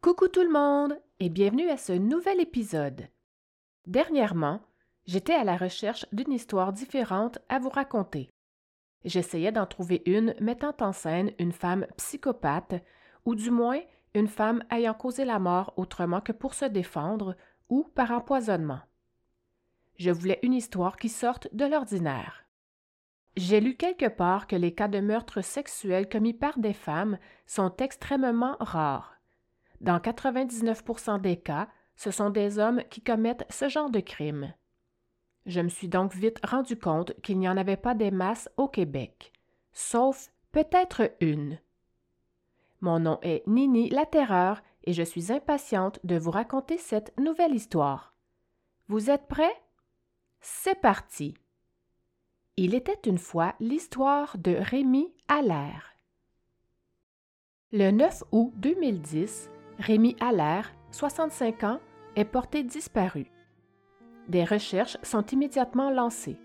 Coucou tout le monde et bienvenue à ce nouvel épisode. Dernièrement, j'étais à la recherche d'une histoire différente à vous raconter. J'essayais d'en trouver une mettant en scène une femme psychopathe, ou du moins une femme ayant causé la mort autrement que pour se défendre ou par empoisonnement. Je voulais une histoire qui sorte de l'ordinaire. J'ai lu quelque part que les cas de meurtre sexuel commis par des femmes sont extrêmement rares. Dans 99% des cas, ce sont des hommes qui commettent ce genre de crime. Je me suis donc vite rendu compte qu'il n'y en avait pas des masses au Québec, sauf peut-être une. Mon nom est Nini la Terreur et je suis impatiente de vous raconter cette nouvelle histoire. Vous êtes prêts? C'est parti! Il était une fois l'histoire de Rémi Allaire. Le 9 août 2010, Rémi Allaire, 65 ans, est porté disparu. Des recherches sont immédiatement lancées.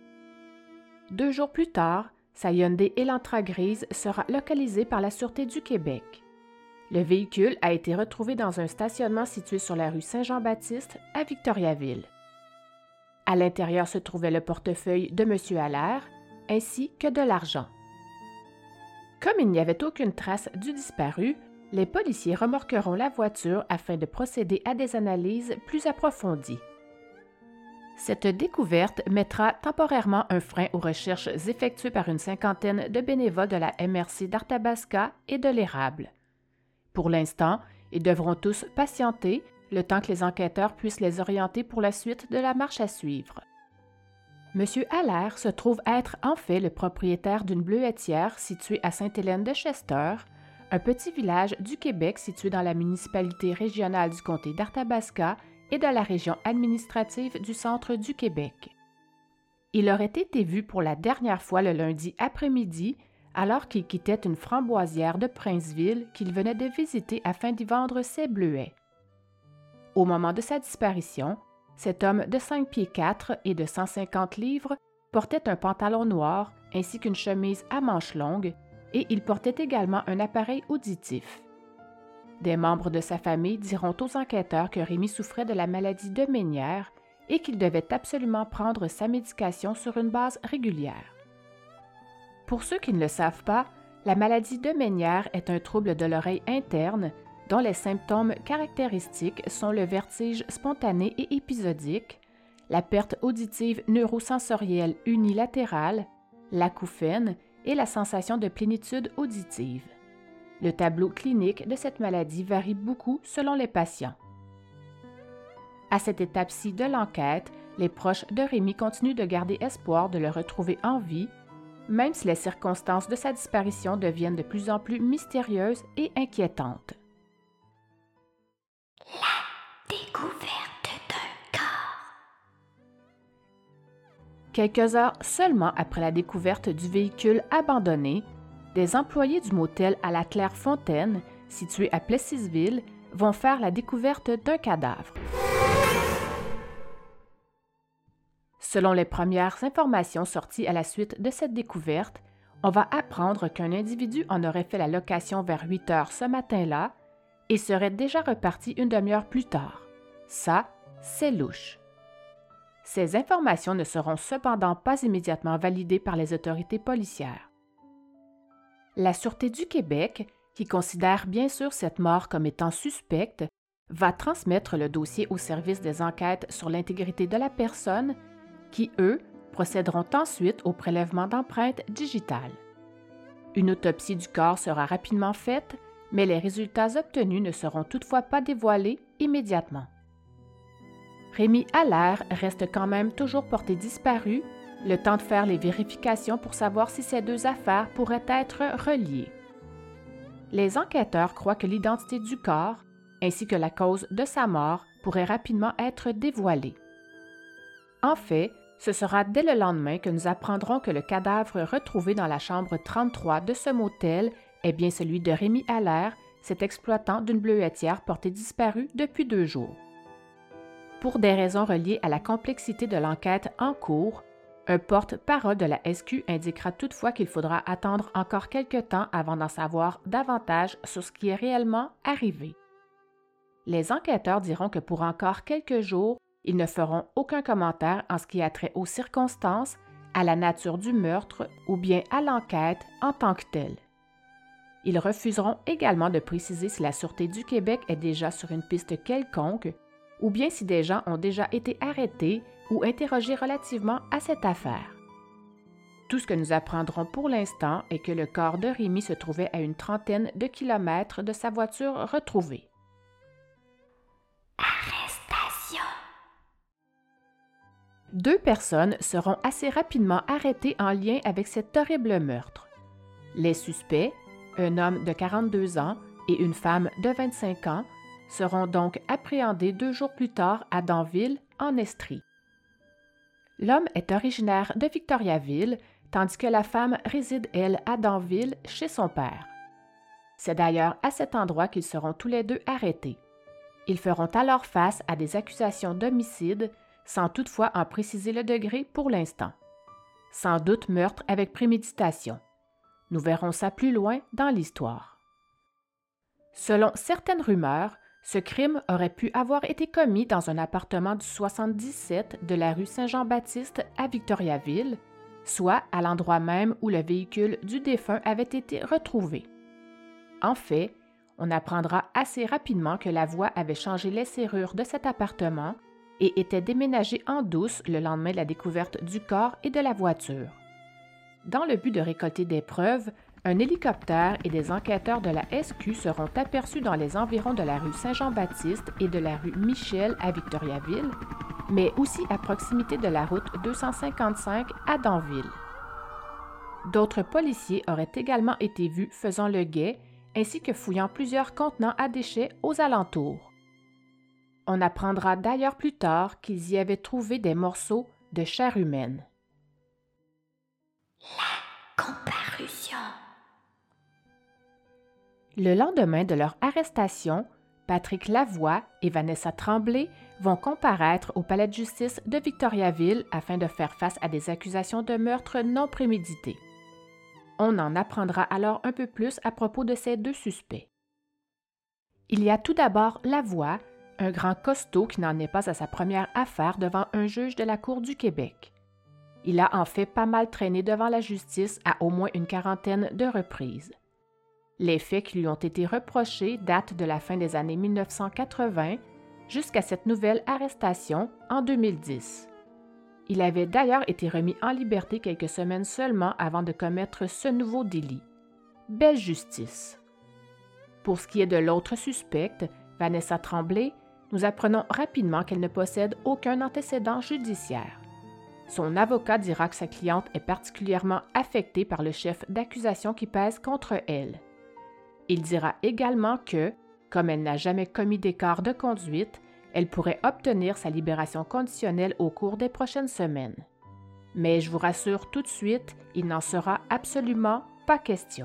2 jours plus tard, sa Hyundai Elantra grise sera localisée par la Sûreté du Québec. Le véhicule a été retrouvé dans un stationnement situé sur la rue Saint-Jean-Baptiste à Victoriaville. À l'intérieur se trouvait le portefeuille de M. Allaire, ainsi que de l'argent. Comme il n'y avait aucune trace du disparu, les policiers remorqueront la voiture afin de procéder à des analyses plus approfondies. Cette découverte mettra temporairement un frein aux recherches effectuées par une cinquantaine de bénévoles de la MRC d'Arthabasca et de l'Érable. Pour l'instant, ils devront tous patienter le temps que les enquêteurs puissent les orienter pour la suite de la marche à suivre. M. Allaire se trouve être en fait le propriétaire d'une bleuetière située à Sainte-Hélène-de-Chester, un petit village du Québec situé dans la municipalité régionale du comté d'Arthabasca et de la région administrative du centre du Québec. Il aurait été vu pour la dernière fois le lundi après-midi alors qu'il quittait une framboisière de Princeville qu'il venait de visiter afin d'y vendre ses bleuets. Au moment de sa disparition, cet homme de 5 pieds 4 et de 150 livres portait un pantalon noir ainsi qu'une chemise à manches longues et il portait également un appareil auditif. Des membres de sa famille diront aux enquêteurs que Rémi souffrait de la maladie de Ménière et qu'il devait absolument prendre sa médication sur une base régulière. Pour ceux qui ne le savent pas, la maladie de Ménière est un trouble de l'oreille interne dont les symptômes caractéristiques sont le vertige spontané et épisodique, la perte auditive neurosensorielle unilatérale, l'acouphène et la sensation de plénitude auditive. Le tableau clinique de cette maladie varie beaucoup selon les patients. À cette étape-ci de l'enquête, les proches de Rémi continuent de garder espoir de le retrouver en vie, même si les circonstances de sa disparition deviennent de plus en plus mystérieuses et inquiétantes. La découverte d'un corps. Quelques heures seulement après la découverte du véhicule abandonné, des employés du motel à la Clairefontaine, situé à Plessisville, vont faire la découverte d'un cadavre. Selon les premières informations sorties à la suite de cette découverte, on va apprendre qu'un individu en aurait fait la location vers 8 heures ce matin-là et serait déjà reparti une demi-heure plus tard. Ça, c'est louche. Ces informations ne seront cependant pas immédiatement validées par les autorités policières. La Sûreté du Québec, qui considère bien sûr cette mort comme étant suspecte, va transmettre le dossier au service des enquêtes sur l'intégrité de la personne, qui, eux, procéderont ensuite au prélèvement d'empreintes digitales. Une autopsie du corps sera rapidement faite, mais les résultats obtenus ne seront toutefois pas dévoilés immédiatement. Rémi Allaire reste quand même toujours porté disparu, le temps de faire les vérifications pour savoir si ces deux affaires pourraient être reliées. Les enquêteurs croient que l'identité du corps, ainsi que la cause de sa mort, pourrait rapidement être dévoilée. En fait, ce sera dès le lendemain que nous apprendrons que le cadavre retrouvé dans la chambre 33 de ce motel est bien celui de Rémi Allaire, cet exploitant d'une bleuetière porté disparu depuis 2 jours. Pour des raisons reliées à la complexité de l'enquête en cours, un porte-parole de la SQ indiquera toutefois qu'il faudra attendre encore quelque temps avant d'en savoir davantage sur ce qui est réellement arrivé. Les enquêteurs diront que pour encore quelques jours, ils ne feront aucun commentaire en ce qui a trait aux circonstances, à la nature du meurtre ou bien à l'enquête en tant que telle. Ils refuseront également de préciser si la Sûreté du Québec est déjà sur une piste quelconque ou bien si des gens ont déjà été arrêtés ou interrogés relativement à cette affaire. Tout ce que nous apprendrons pour l'instant est que le corps de Rémy se trouvait à une trentaine de kilomètres de sa voiture retrouvée. Arrestation. 2 personnes seront assez rapidement arrêtées en lien avec cet horrible meurtre. Les suspects, un homme de 42 ans et une femme de 25 ans, seront donc appréhendés 2 jours plus tard à Danville, en Estrie. L'homme est originaire de Victoriaville, tandis que la femme réside, elle, à Danville, chez son père. C'est d'ailleurs à cet endroit qu'ils seront tous les 2 arrêtés. Ils feront alors face à des accusations d'homicide, sans toutefois en préciser le degré pour l'instant. Sans doute meurtre avec préméditation. Nous verrons ça plus loin dans l'histoire. Selon certaines rumeurs, ce crime aurait pu avoir été commis dans un appartement du 77 de la rue Saint-Jean-Baptiste à Victoriaville, soit à l'endroit même où le véhicule du défunt avait été retrouvé. En fait, on apprendra assez rapidement que la voix avait changé les serrures de cet appartement et était déménagée en douce le lendemain de la découverte du corps et de la voiture. Dans le but de récolter des preuves, un hélicoptère et des enquêteurs de la SQ seront aperçus dans les environs de la rue Saint-Jean-Baptiste et de la rue Michel à Victoriaville, mais aussi à proximité de la route 255 à Danville. D'autres policiers auraient également été vus faisant le guet ainsi que fouillant plusieurs contenants à déchets aux alentours. On apprendra d'ailleurs plus tard qu'ils y avaient trouvé des morceaux de chair humaine. La comparution. Le lendemain de leur arrestation, Patrick Lavoie et Vanessa Tremblay vont comparaître au palais de justice de Victoriaville afin de faire face à des accusations de meurtre non prémédité. On en apprendra alors un peu plus à propos de ces 2 suspects. Il y a tout d'abord Lavoie, un grand costaud qui n'en est pas à sa première affaire devant un juge de la Cour du Québec. Il a en fait pas mal traîné devant la justice à au moins une quarantaine de reprises. Les faits qui lui ont été reprochés datent de la fin des années 1980 jusqu'à cette nouvelle arrestation en 2010. Il avait d'ailleurs été remis en liberté quelques semaines seulement avant de commettre ce nouveau délit. Belle justice. Pour ce qui est de l'autre suspecte, Vanessa Tremblay, nous apprenons rapidement qu'elle ne possède aucun antécédent judiciaire. Son avocat dira que sa cliente est particulièrement affectée par le chef d'accusation qui pèse contre elle. Il dira également que, comme elle n'a jamais commis d'écart de conduite, elle pourrait obtenir sa libération conditionnelle au cours des prochaines semaines. Mais je vous rassure tout de suite, il n'en sera absolument pas question.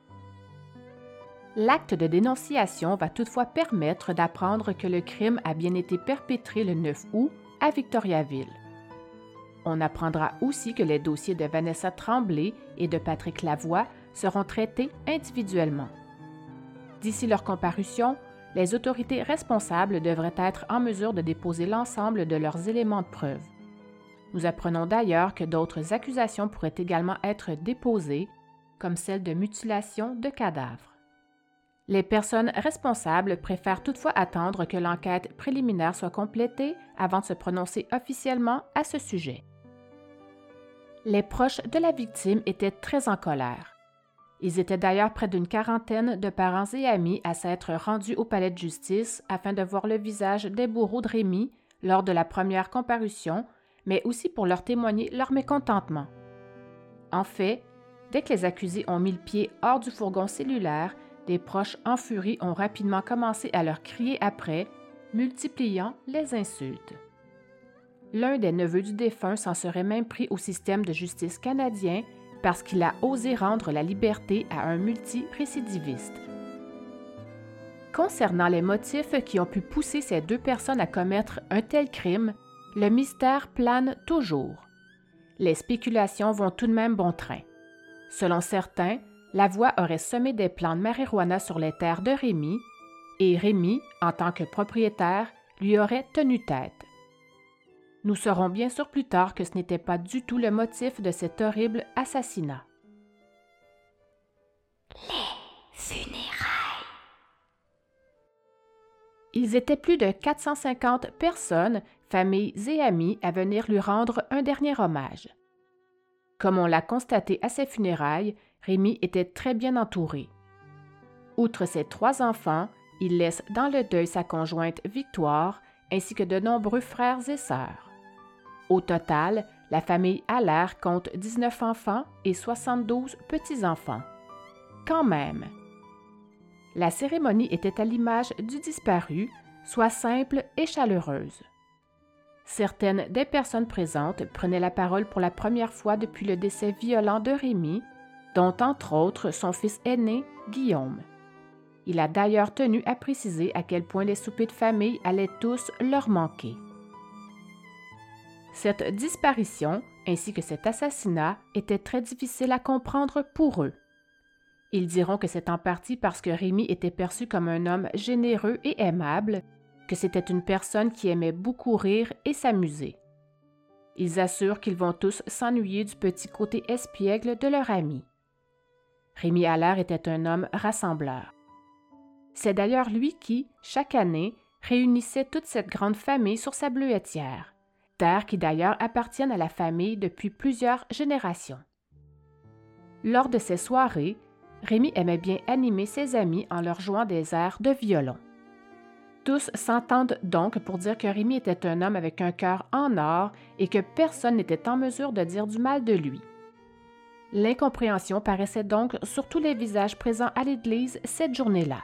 L'acte de dénonciation va toutefois permettre d'apprendre que le crime a bien été perpétré le 9 août à Victoriaville. On apprendra aussi que les dossiers de Vanessa Tremblay et de Patrick Lavoie seront traités individuellement. D'ici leur comparution, les autorités responsables devraient être en mesure de déposer l'ensemble de leurs éléments de preuve. Nous apprenons d'ailleurs que d'autres accusations pourraient également être déposées, comme celle de mutilation de cadavres. Les personnes responsables préfèrent toutefois attendre que l'enquête préliminaire soit complétée avant de se prononcer officiellement à ce sujet. Les proches de la victime étaient très en colère. Ils étaient d'ailleurs près d'une quarantaine de parents et amis à s'être rendus au palais de justice afin de voir le visage des bourreaux de Rémy lors de la première comparution, mais aussi pour leur témoigner leur mécontentement. En fait, dès que les accusés ont mis le pied hors du fourgon cellulaire, des proches en furie ont rapidement commencé à leur crier après, multipliant les insultes. L'un des neveux du défunt s'en serait même pris au système de justice canadien parce qu'il a osé rendre la liberté à un multirécidiviste. Concernant les motifs qui ont pu pousser ces 2 personnes à commettre un tel crime, le mystère plane toujours. Les spéculations vont tout de même bon train. Selon certains, Lavoie aurait semé des plants de marijuana sur les terres de Rémy, et Rémy, en tant que propriétaire, lui aurait tenu tête. Nous saurons bien sûr plus tard que ce n'était pas du tout le motif de cet horrible assassinat. Les funérailles. Ils étaient plus de 450 personnes, familles et amis, à venir lui rendre un dernier hommage. Comme on l'a constaté à ses funérailles, Rémy était très bien entouré. Outre ses 3 enfants, il laisse dans le deuil sa conjointe Victoire, ainsi que de nombreux frères et sœurs. Au total, la famille Allaire compte 19 enfants et 72 petits-enfants. Quand même! La cérémonie était à l'image du disparu, soit simple et chaleureuse. Certaines des personnes présentes prenaient la parole pour la première fois depuis le décès violent de Rémy, dont entre autres son fils aîné, Guillaume. Il a d'ailleurs tenu à préciser à quel point les soupers de famille allaient tous leur manquer. Cette disparition, ainsi que cet assassinat, étaient très difficiles à comprendre pour eux. Ils diront que c'est en partie parce que Rémy était perçu comme un homme généreux et aimable, que c'était une personne qui aimait beaucoup rire et s'amuser. Ils assurent qu'ils vont tous s'ennuyer du petit côté espiègle de leur ami. Rémy Allaire était un homme rassembleur. C'est d'ailleurs lui qui, chaque année, réunissait toute cette grande famille sur sa bleuetière, terres qui d'ailleurs appartiennent à la famille depuis plusieurs générations. Lors de ces soirées, Rémy aimait bien animer ses amis en leur jouant des airs de violon. Tous s'entendent donc pour dire que Rémy était un homme avec un cœur en or et que personne n'était en mesure de dire du mal de lui. L'incompréhension paraissait donc sur tous les visages présents à l'église cette journée-là.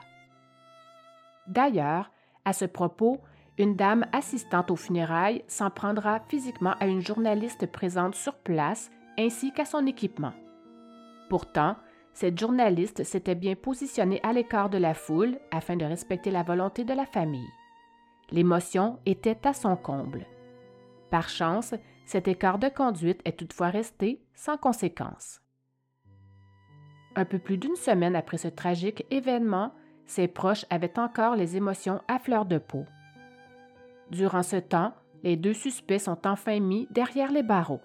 D'ailleurs, à ce propos, une dame assistante aux funérailles s'en prendra physiquement à une journaliste présente sur place ainsi qu'à son équipement. Pourtant, cette journaliste s'était bien positionnée à l'écart de la foule afin de respecter la volonté de la famille. L'émotion était à son comble. Par chance, cet écart de conduite est toutefois resté sans conséquence. Un peu plus d'une semaine après ce tragique événement, ses proches avaient encore les émotions à fleur de peau. Durant ce temps, les 2 suspects sont enfin mis derrière les barreaux.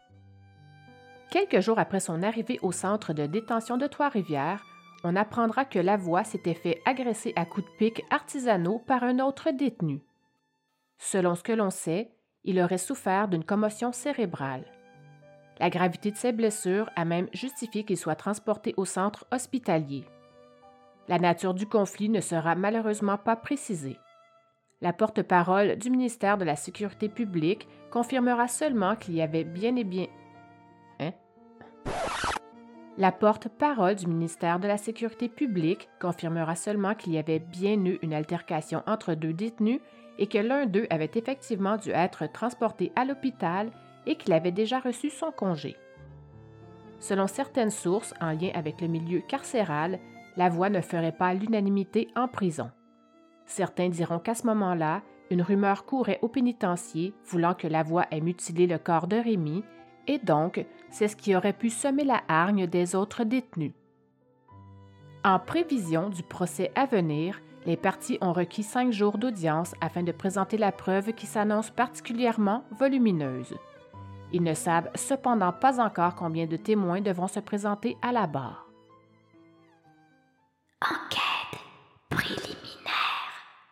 Quelques jours après son arrivée au centre de détention de Trois-Rivières, on apprendra que Lavoie s'était fait agresser à coups de pic artisanaux par un autre détenu. Selon ce que l'on sait, il aurait souffert d'une commotion cérébrale. La gravité de ses blessures a même justifié qu'il soit transporté au centre hospitalier. La nature du conflit ne sera malheureusement pas précisée. La porte-parole du ministère de la Sécurité publique confirmera seulement qu'il y avait bien et bien... La porte-parole du ministère de la Sécurité publique confirmera seulement qu'il y avait bien eu une altercation entre 2 détenus et que l'un d'eux avait effectivement dû être transporté à l'hôpital et qu'il avait déjà reçu son congé. Selon certaines sources en lien avec le milieu carcéral, Lavoie ne ferait pas l'unanimité en prison. Certains diront qu'à ce moment-là, une rumeur courait au pénitencier voulant que Lavoie ait mutilé le corps de Rémy, et donc, c'est ce qui aurait pu semer la hargne des autres détenus. En prévision du procès à venir, les parties ont requis 5 jours d'audience afin de présenter la preuve qui s'annonce particulièrement volumineuse. Ils ne savent cependant pas encore combien de témoins devront se présenter à la barre. Enquête préliminaire.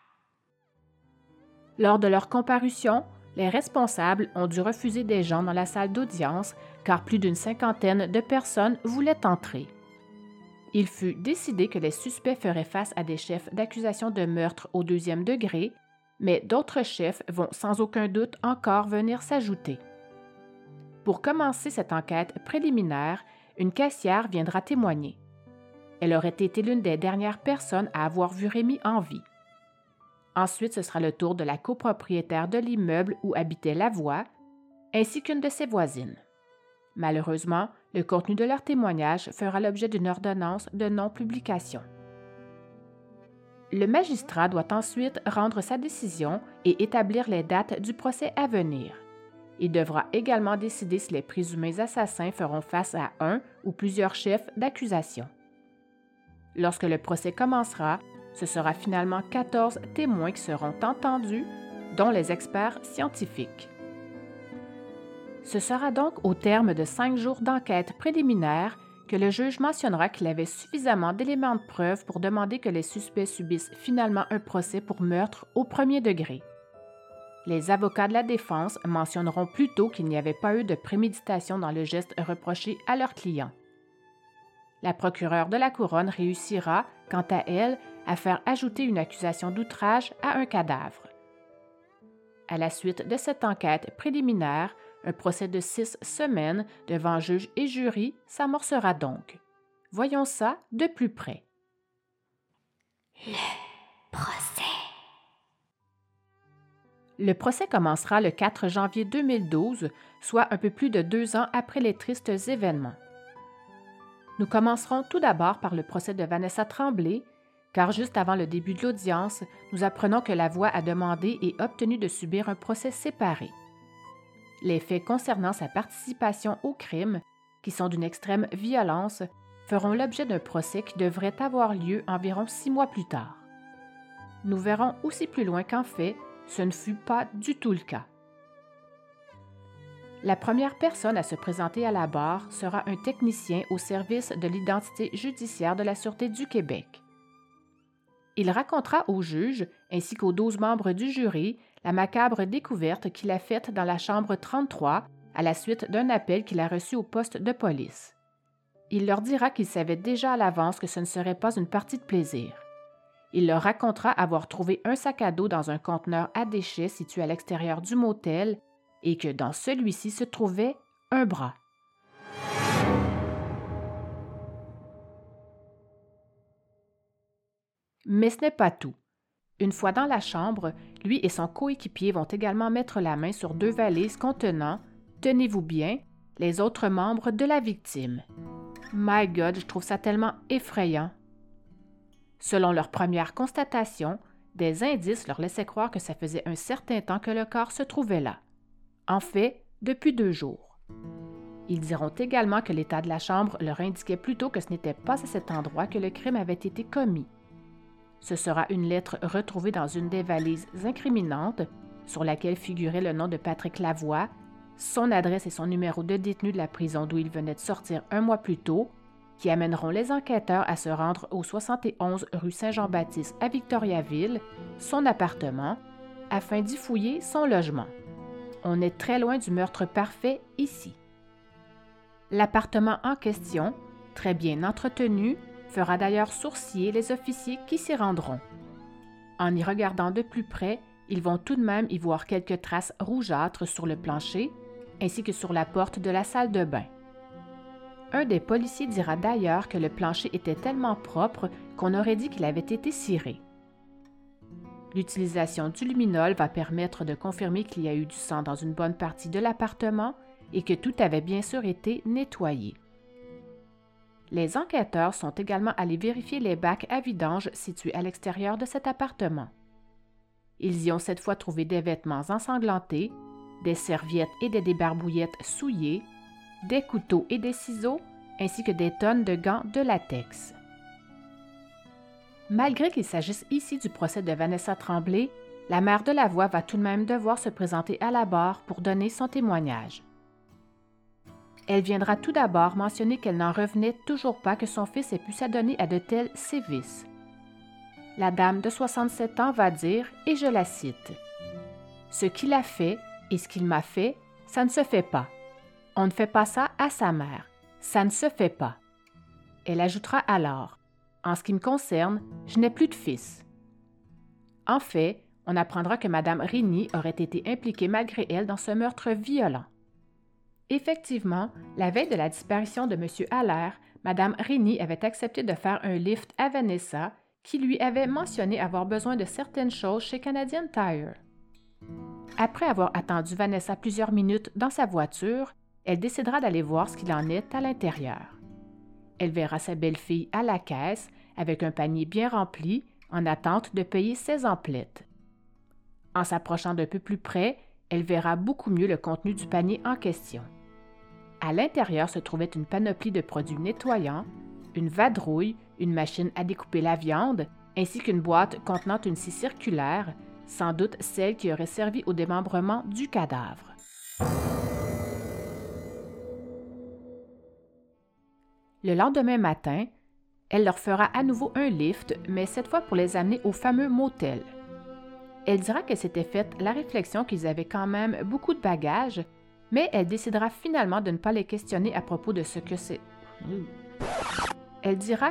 Lors de leur comparution, les responsables ont dû refuser des gens dans la salle d'audience car plus d'une 50aine de personnes voulaient entrer. Il fut décidé que les suspects feraient face à des chefs d'accusation de meurtre au 2e degré, mais d'autres chefs vont sans aucun doute encore venir s'ajouter. Pour commencer cette enquête préliminaire, une caissière viendra témoigner. Elle aurait été l'une des dernières personnes à avoir vu Rémy en vie. Ensuite, ce sera le tour de la copropriétaire de l'immeuble où habitait Lavoie, ainsi qu'une de ses voisines. Malheureusement, le contenu de leur témoignage fera l'objet d'une ordonnance de non-publication. Le magistrat doit ensuite rendre sa décision et établir les dates du procès à venir. Il devra également décider si les présumés assassins feront face à un ou plusieurs chefs d'accusation. Lorsque le procès commencera, Ce sera finalement 14 témoins qui seront entendus, dont les experts scientifiques. Ce sera donc au terme de 5 jours d'enquête préliminaire que le juge mentionnera qu'il avait suffisamment d'éléments de preuve pour demander que les suspects subissent finalement un procès pour meurtre au premier degré. Les avocats de la défense mentionneront plutôt qu'il n'y avait pas eu de préméditation dans le geste reproché à leur client. La procureure de la Couronne réussira, quant à elle, à faire ajouter une accusation d'outrage à un cadavre. À la suite de cette enquête préliminaire, un procès de 6 semaines devant juge et jury s'amorcera donc. Voyons ça de plus près. Le procès. Le procès commencera le 4 janvier 2012, soit un peu plus de 2 ans après les tristes événements. Nous commencerons tout d'abord par le procès de Vanessa Tremblay, car juste avant le début de l'audience, nous apprenons que la voix a demandé et obtenu de subir un procès séparé. Les faits concernant sa participation au crime, qui sont d'une extrême violence, feront l'objet d'un procès qui devrait avoir lieu environ 6 mois plus tard. Nous verrons aussi plus loin qu'en fait, ce ne fut pas du tout le cas. La première personne à se présenter à la barre sera un technicien au service de l'identité judiciaire de la Sûreté du Québec. Il racontera au juge, ainsi qu'aux 12 membres du jury, la macabre découverte qu'il a faite dans la chambre 33 à la suite d'un appel qu'il a reçu au poste de police. Il leur dira qu'il savait déjà à l'avance que ce ne serait pas une partie de plaisir. Il leur racontera avoir trouvé un sac à dos dans un conteneur à déchets situé à l'extérieur du motel et que dans celui-ci se trouvait un bras. Mais ce n'est pas tout. Une fois dans la chambre, lui et son coéquipier vont également mettre la main sur 2 valises contenant, tenez-vous bien, les autres membres de la victime. My God, je trouve ça tellement effrayant. Selon leur première constatation, des indices leur laissaient croire que ça faisait un certain temps que le corps se trouvait là. En fait, depuis 2 jours. Ils diront également que l'état de la chambre leur indiquait plutôt que ce n'était pas à cet endroit que le crime avait été commis. Ce sera une lettre retrouvée dans une des valises incriminantes, sur laquelle figurait le nom de Patrick Lavoie, son adresse et son numéro de détenu de la prison d'où il venait de sortir 1 mois plus tôt, qui amèneront les enquêteurs à se rendre au 71 rue Saint-Jean-Baptiste à Victoriaville, son appartement, afin d'y fouiller son logement. On est très loin du meurtre parfait ici. L'appartement en question, très bien entretenu, fera d'ailleurs sourciller les officiers qui s'y rendront. En y regardant de plus près, ils vont tout de même y voir quelques traces rougeâtres sur le plancher, ainsi que sur la porte de la salle de bain. Un des policiers dira d'ailleurs que le plancher était tellement propre qu'on aurait dit qu'il avait été ciré. L'utilisation du luminol va permettre de confirmer qu'il y a eu du sang dans une bonne partie de l'appartement et que tout avait bien sûr été nettoyé. Les enquêteurs sont également allés vérifier les bacs à vidange situés à l'extérieur de cet appartement. Ils y ont cette fois trouvé des vêtements ensanglantés, des serviettes et des débarbouillettes souillées, des couteaux et des ciseaux, ainsi que des tonnes de gants de latex. Malgré qu'il s'agisse ici du procès de Vanessa Tremblay, la mère de Lavoie va tout de même devoir se présenter à la barre pour donner son témoignage. Elle viendra tout d'abord mentionner qu'elle n'en revenait toujours pas que son fils ait pu s'adonner à de tels sévices. La dame de 67 ans va dire, et je la cite, « Ce qu'il a fait et ce qu'il m'a fait, ça ne se fait pas. On ne fait pas ça à sa mère. Ça ne se fait pas. » Elle ajoutera alors, « En ce qui me concerne, je n'ai plus de fils. » En fait, on apprendra que Mme Rini aurait été impliquée malgré elle dans ce meurtre violent. Effectivement, la veille de la disparition de M. Allaire, Mme Rini avait accepté de faire un lift à Vanessa, qui lui avait mentionné avoir besoin de certaines choses chez Canadian Tire. Après avoir attendu Vanessa plusieurs minutes dans sa voiture, elle décidera d'aller voir ce qu'il en est à l'intérieur. Elle verra sa belle-fille à la caisse, avec un panier bien rempli, en attente de payer ses emplettes. En s'approchant d'un peu plus près, elle verra beaucoup mieux le contenu du panier en question. À l'intérieur se trouvait une panoplie de produits nettoyants, une vadrouille, une machine à découper la viande, ainsi qu'une boîte contenant une scie circulaire, sans doute celle qui aurait servi au démembrement du cadavre. Le lendemain matin, elle leur fera à nouveau un lift, mais cette fois pour les amener au fameux motel. Elle dira qu'elle s'était faite la réflexion qu'ils avaient quand même beaucoup de bagages, mais elle décidera finalement de ne pas les questionner à propos de ce que c'est. Elle dira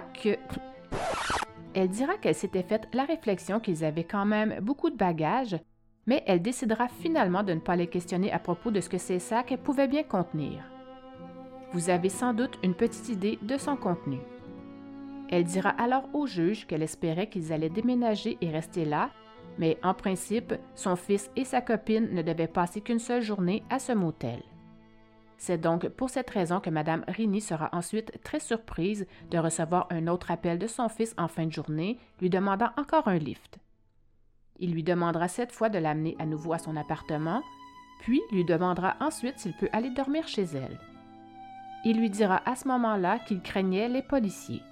qu'elle s'était faite la réflexion qu'ils avaient quand même beaucoup de bagages, mais elle décidera finalement de ne pas les questionner à propos de ce que ces sacs pouvaient bien contenir. Vous avez sans doute une petite idée de son contenu. Elle dira alors au juge qu'elle espérait qu'ils allaient déménager et rester là, mais en principe, son fils et sa copine ne devaient passer qu'une seule journée à ce motel. C'est donc pour cette raison que Mme Rini sera ensuite très surprise de recevoir un autre appel de son fils en fin de journée, lui demandant encore un lift. Il lui demandera cette fois de l'amener à nouveau à son appartement, puis lui demandera ensuite s'il peut aller dormir chez elle. Il lui dira à ce moment-là qu'il craignait les policiers.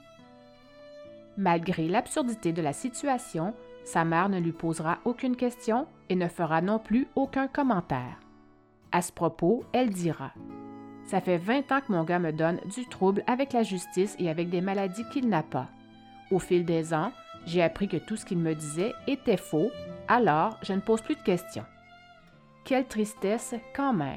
Malgré l'absurdité de la situation, sa mère ne lui posera aucune question et ne fera non plus aucun commentaire. À ce propos, elle dira « Ça fait 20 ans que mon gars me donne du trouble avec la justice et avec des maladies qu'il n'a pas. Au fil des ans, j'ai appris que tout ce qu'il me disait était faux, alors je ne pose plus de questions. Quelle tristesse quand même! »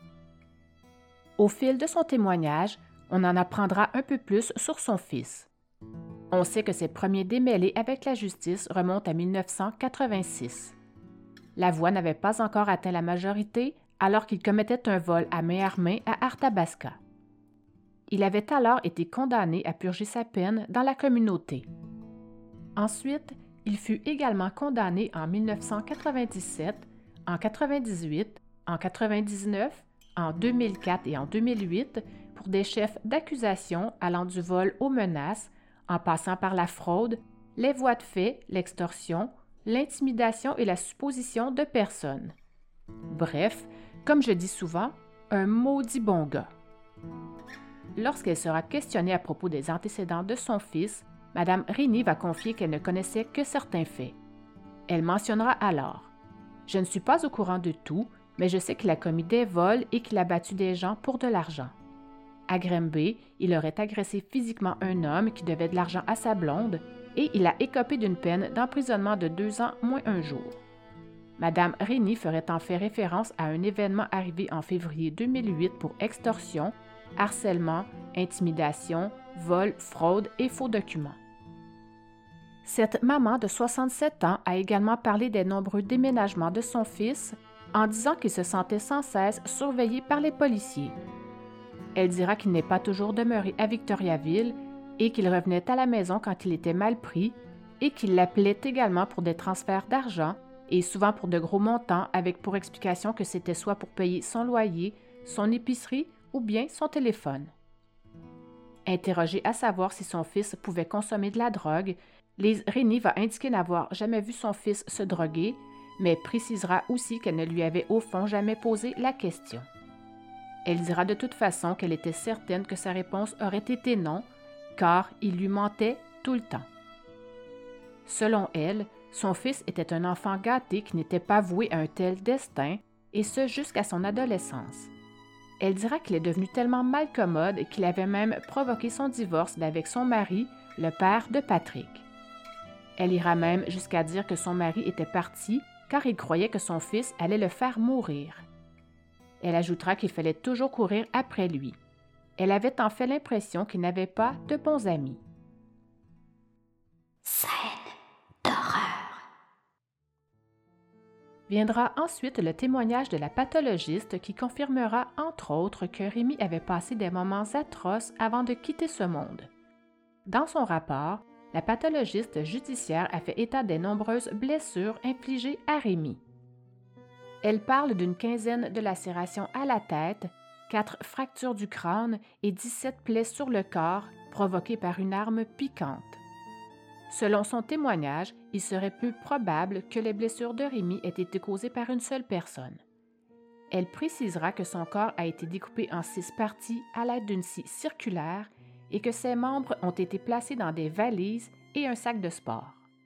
Au fil de son témoignage, on en apprendra un peu plus sur son fils. On sait que ses premiers démêlés avec la justice remontent à 1986. La voix n'avait pas encore atteint la majorité alors qu'il commettait un vol à main armée à Arthabasca. Il avait alors été condamné à purger sa peine dans la communauté. Ensuite, il fut également condamné en 1997, en 1998, en 1999, en 2004 et en 2008 pour des chefs d'accusation allant du vol aux menaces, en passant par la fraude, les voies de fait, l'extorsion, l'intimidation et la supposition de personnes. Bref, comme je dis souvent, un maudit bon gars. Lorsqu'elle sera questionnée à propos des antécédents de son fils, Mme Rini va confier qu'elle ne connaissait que certains faits. Elle mentionnera alors « Je ne suis pas au courant de tout, mais je sais qu'il a commis des vols et qu'il a battu des gens pour de l'argent. À Granby, il aurait agressé physiquement un homme qui devait de l'argent à sa blonde et il a écopé d'une peine d'emprisonnement de 2 ans moins 1 jour. » Mme Rini ferait en fait référence à un événement arrivé en février 2008 pour extorsion, harcèlement, intimidation, vol, fraude et faux documents. Cette maman de 67 ans a également parlé des nombreux déménagements de son fils en disant qu'il se sentait sans cesse surveillé par les policiers. Elle dira qu'il n'est pas toujours demeuré à Victoriaville et qu'il revenait à la maison quand il était mal pris et qu'il l'appelait également pour des transferts d'argent et souvent pour de gros montants avec pour explication que c'était soit pour payer son loyer, son épicerie ou bien son téléphone. Interrogée à savoir si son fils pouvait consommer de la drogue, Liz Rini va indiquer n'avoir jamais vu son fils se droguer, mais précisera aussi qu'elle ne lui avait au fond jamais posé la question. Elle dira de toute façon qu'elle était certaine que sa réponse aurait été non, car il lui mentait tout le temps. Selon elle, son fils était un enfant gâté qui n'était pas voué à un tel destin, et ce jusqu'à son adolescence. Elle dira qu'il est devenu tellement malcommode qu'il avait même provoqué son divorce d'avec son mari, le père de Patrick. Elle ira même jusqu'à dire que son mari était parti car il croyait que son fils allait le faire mourir. Elle ajoutera qu'il fallait toujours courir après lui. Elle avait en fait l'impression qu'il n'avait pas de bons amis. Scène d'horreur. Viendra ensuite le témoignage de la pathologiste qui confirmera entre autres que Rémi avait passé des moments atroces avant de quitter ce monde. Dans son rapport, la pathologiste judiciaire a fait état des nombreuses blessures infligées à Rémi. Elle parle d'une quinzaine de lacérations à la tête, 4 fractures du crâne et 17 plaies sur le corps provoquées par une arme piquante. Selon son témoignage, il serait peu probable que les blessures de Rémi aient été causées par une seule personne. Elle précisera que son corps a été découpé en 6 parties à l'aide d'une scie circulaire et que ses membres ont été placés dans des valises et un sac de sport.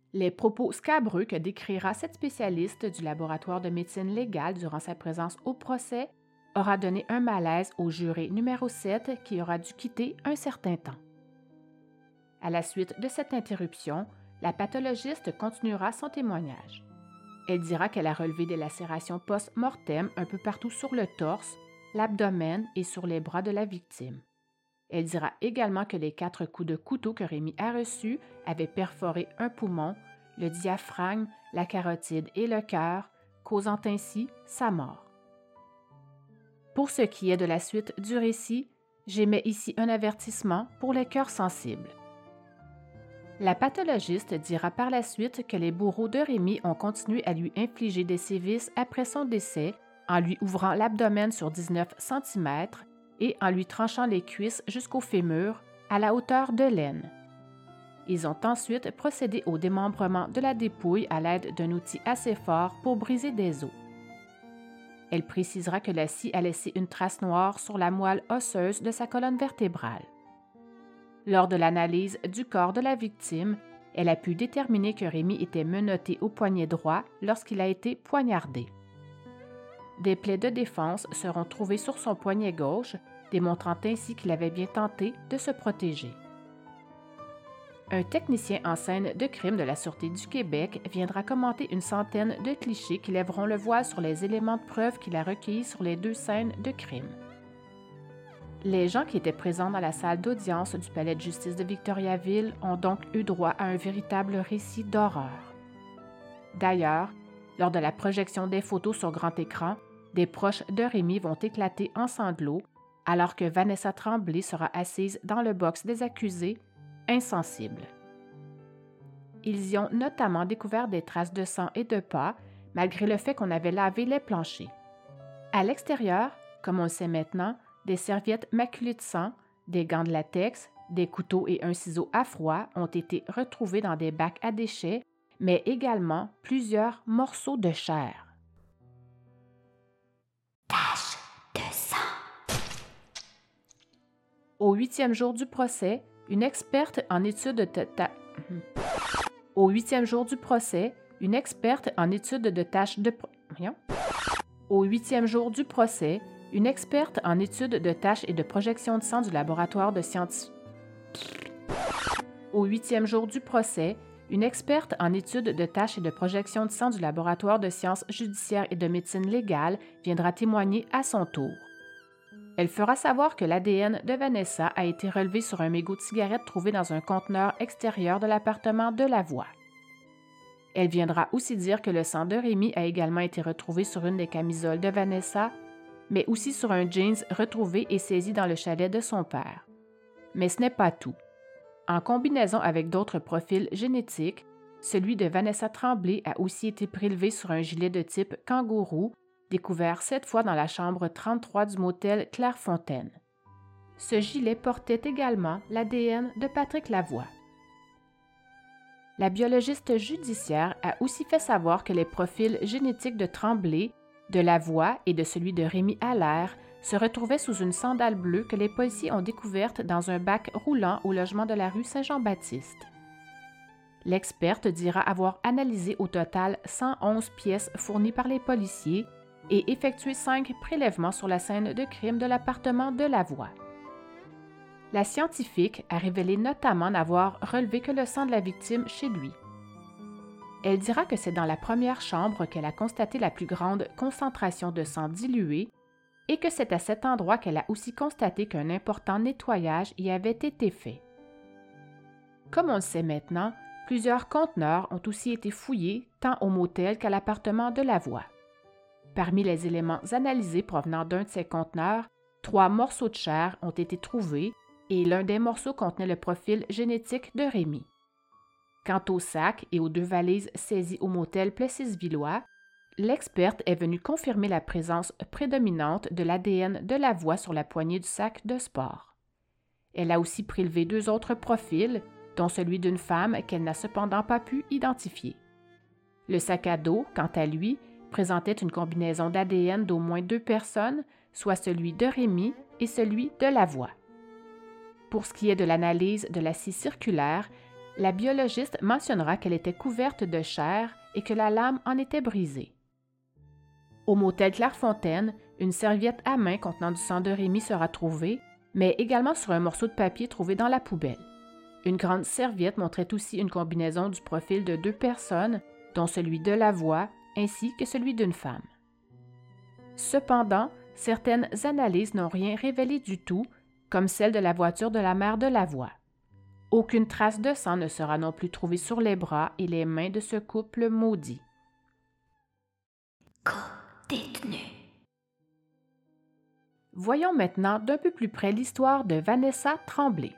Les propos scabreux que décrira cette spécialiste du laboratoire de médecine légale durant sa présence au procès aura donné un malaise au juré numéro 7 qui aura dû quitter un certain temps. À la suite de cette interruption, la pathologiste continuera son témoignage. Elle dira qu'elle a relevé des lacérations post-mortem un peu partout sur le torse, l'abdomen et sur les bras de la victime. Elle dira également que les 4 coups de couteau que Rémy a reçus avaient perforé un poumon, le diaphragme, la carotide et le cœur, causant ainsi sa mort. Pour ce qui est de la suite du récit, j'émets ici un avertissement pour les cœurs sensibles. La pathologiste dira par la suite que les bourreaux de Rémy ont continué à lui infliger des sévices après son décès en lui ouvrant l'abdomen sur 19 cm et en lui tranchant les cuisses jusqu'au fémur à la hauteur de l'aine. Ils ont ensuite procédé au démembrement de la dépouille à l'aide d'un outil assez fort pour briser des os. Elle précisera que la scie a laissé une trace noire sur la moelle osseuse de sa colonne vertébrale. Lors de l'analyse du corps de la victime, elle a pu déterminer que Rémy était menotté au poignet droit lorsqu'il a été poignardé. Des plaies de défense seront trouvées sur son poignet gauche, démontrant ainsi qu'il avait bien tenté de se protéger. Un technicien en scène de crime de la Sûreté du Québec viendra commenter une centaine de clichés qui lèveront le voile sur les éléments de preuve qu'il a recueillis sur les 2 scènes de crime. Les gens qui étaient présents dans la salle d'audience du palais de justice de Victoriaville ont donc eu droit à un véritable récit d'horreur. D'ailleurs, lors de la projection des photos sur grand écran, des proches de Rémy vont éclater en sanglots alors que Vanessa Tremblay sera assise dans le box des accusés, insensible. Ils y ont notamment découvert des traces de sang et de pas, malgré le fait qu'on avait lavé les planchers. À l'extérieur, comme on le sait maintenant, des serviettes maculées de sang, des gants de latex, des couteaux et un ciseau à froid ont été retrouvés dans des bacs à déchets, mais également plusieurs morceaux de chair. Tache de sang. Au 8e jour du procès, une experte en études de Au 8e jour du procès, une experte en études de taches de Au 8e jour du procès, une experte en études de taches et de projection de sang du laboratoire de sciences. Au 8e jour du procès, une experte en études de taches et de projection de sang du laboratoire de sciences judiciaires et de médecine légale viendra témoigner à son tour. Elle fera savoir que l'ADN de Vanessa a été relevé sur un mégot de cigarette trouvé dans un conteneur extérieur de l'appartement de Lavoie. Elle viendra aussi dire que le sang de Rémy a également été retrouvé sur une des camisoles de Vanessa, mais aussi sur un jeans retrouvé et saisi dans le chalet de son père. Mais ce n'est pas tout. En combinaison avec d'autres profils génétiques, celui de Vanessa Tremblay a aussi été prélevé sur un gilet de type kangourou, découvert 7 fois dans la chambre 33 du motel Clairefontaine. Ce gilet portait également l'ADN de Patrick Lavoie. La biologiste judiciaire a aussi fait savoir que les profils génétiques de Tremblay, de Lavoie et de celui de Rémy Allaire se retrouvaient sous une sandale bleue que les policiers ont découverte dans un bac roulant au logement de la rue Saint-Jean-Baptiste. L'experte dira avoir analysé au total 111 pièces fournies par les policiers et effectué 5 prélèvements sur la scène de crime de l'appartement de Lavoie. La scientifique a révélé notamment n'avoir relevé que le sang de la victime chez lui. Elle dira que c'est dans la première chambre qu'elle a constaté la plus grande concentration de sang dilué et que c'est à cet endroit qu'elle a aussi constaté qu'un important nettoyage y avait été fait. Comme on le sait maintenant, plusieurs conteneurs ont aussi été fouillés tant au motel qu'à l'appartement de Lavoie. Parmi les éléments analysés provenant d'un de ces conteneurs, 3 morceaux de chair ont été trouvés et l'un des morceaux contenait le profil génétique de Rémy. Quant au sac et aux 2 valises saisies au motel Plessis-Villois, l'experte est venue confirmer la présence prédominante de l'ADN de Lavoie sur la poignée du sac de sport. Elle a aussi prélevé 2 autres profils, dont celui d'une femme qu'elle n'a cependant pas pu identifier. Le sac à dos, quant à lui, présentait une combinaison d'ADN d'au moins 2 personnes, soit celui de Rémy et celui de Lavoie. Pour ce qui est de l'analyse de la scie circulaire, La biologiste mentionnera qu'elle était couverte de chair et que la lame en était brisée. Au motel Clairefontaine, une serviette à main contenant du sang de Rémy sera trouvée, mais également sur un morceau de papier trouvé dans la poubelle. Une grande serviette montrait aussi une combinaison du profil de 2 personnes, dont celui de Lavoie ainsi que celui d'une femme. Cependant, certaines analyses n'ont rien révélé du tout, comme celle de la voiture de la mère de Lavoie. Aucune trace de sang ne sera non plus trouvée sur les bras et les mains de ce couple maudit. Co-détenu. Voyons maintenant d'un peu plus près l'histoire de Vanessa Tremblay.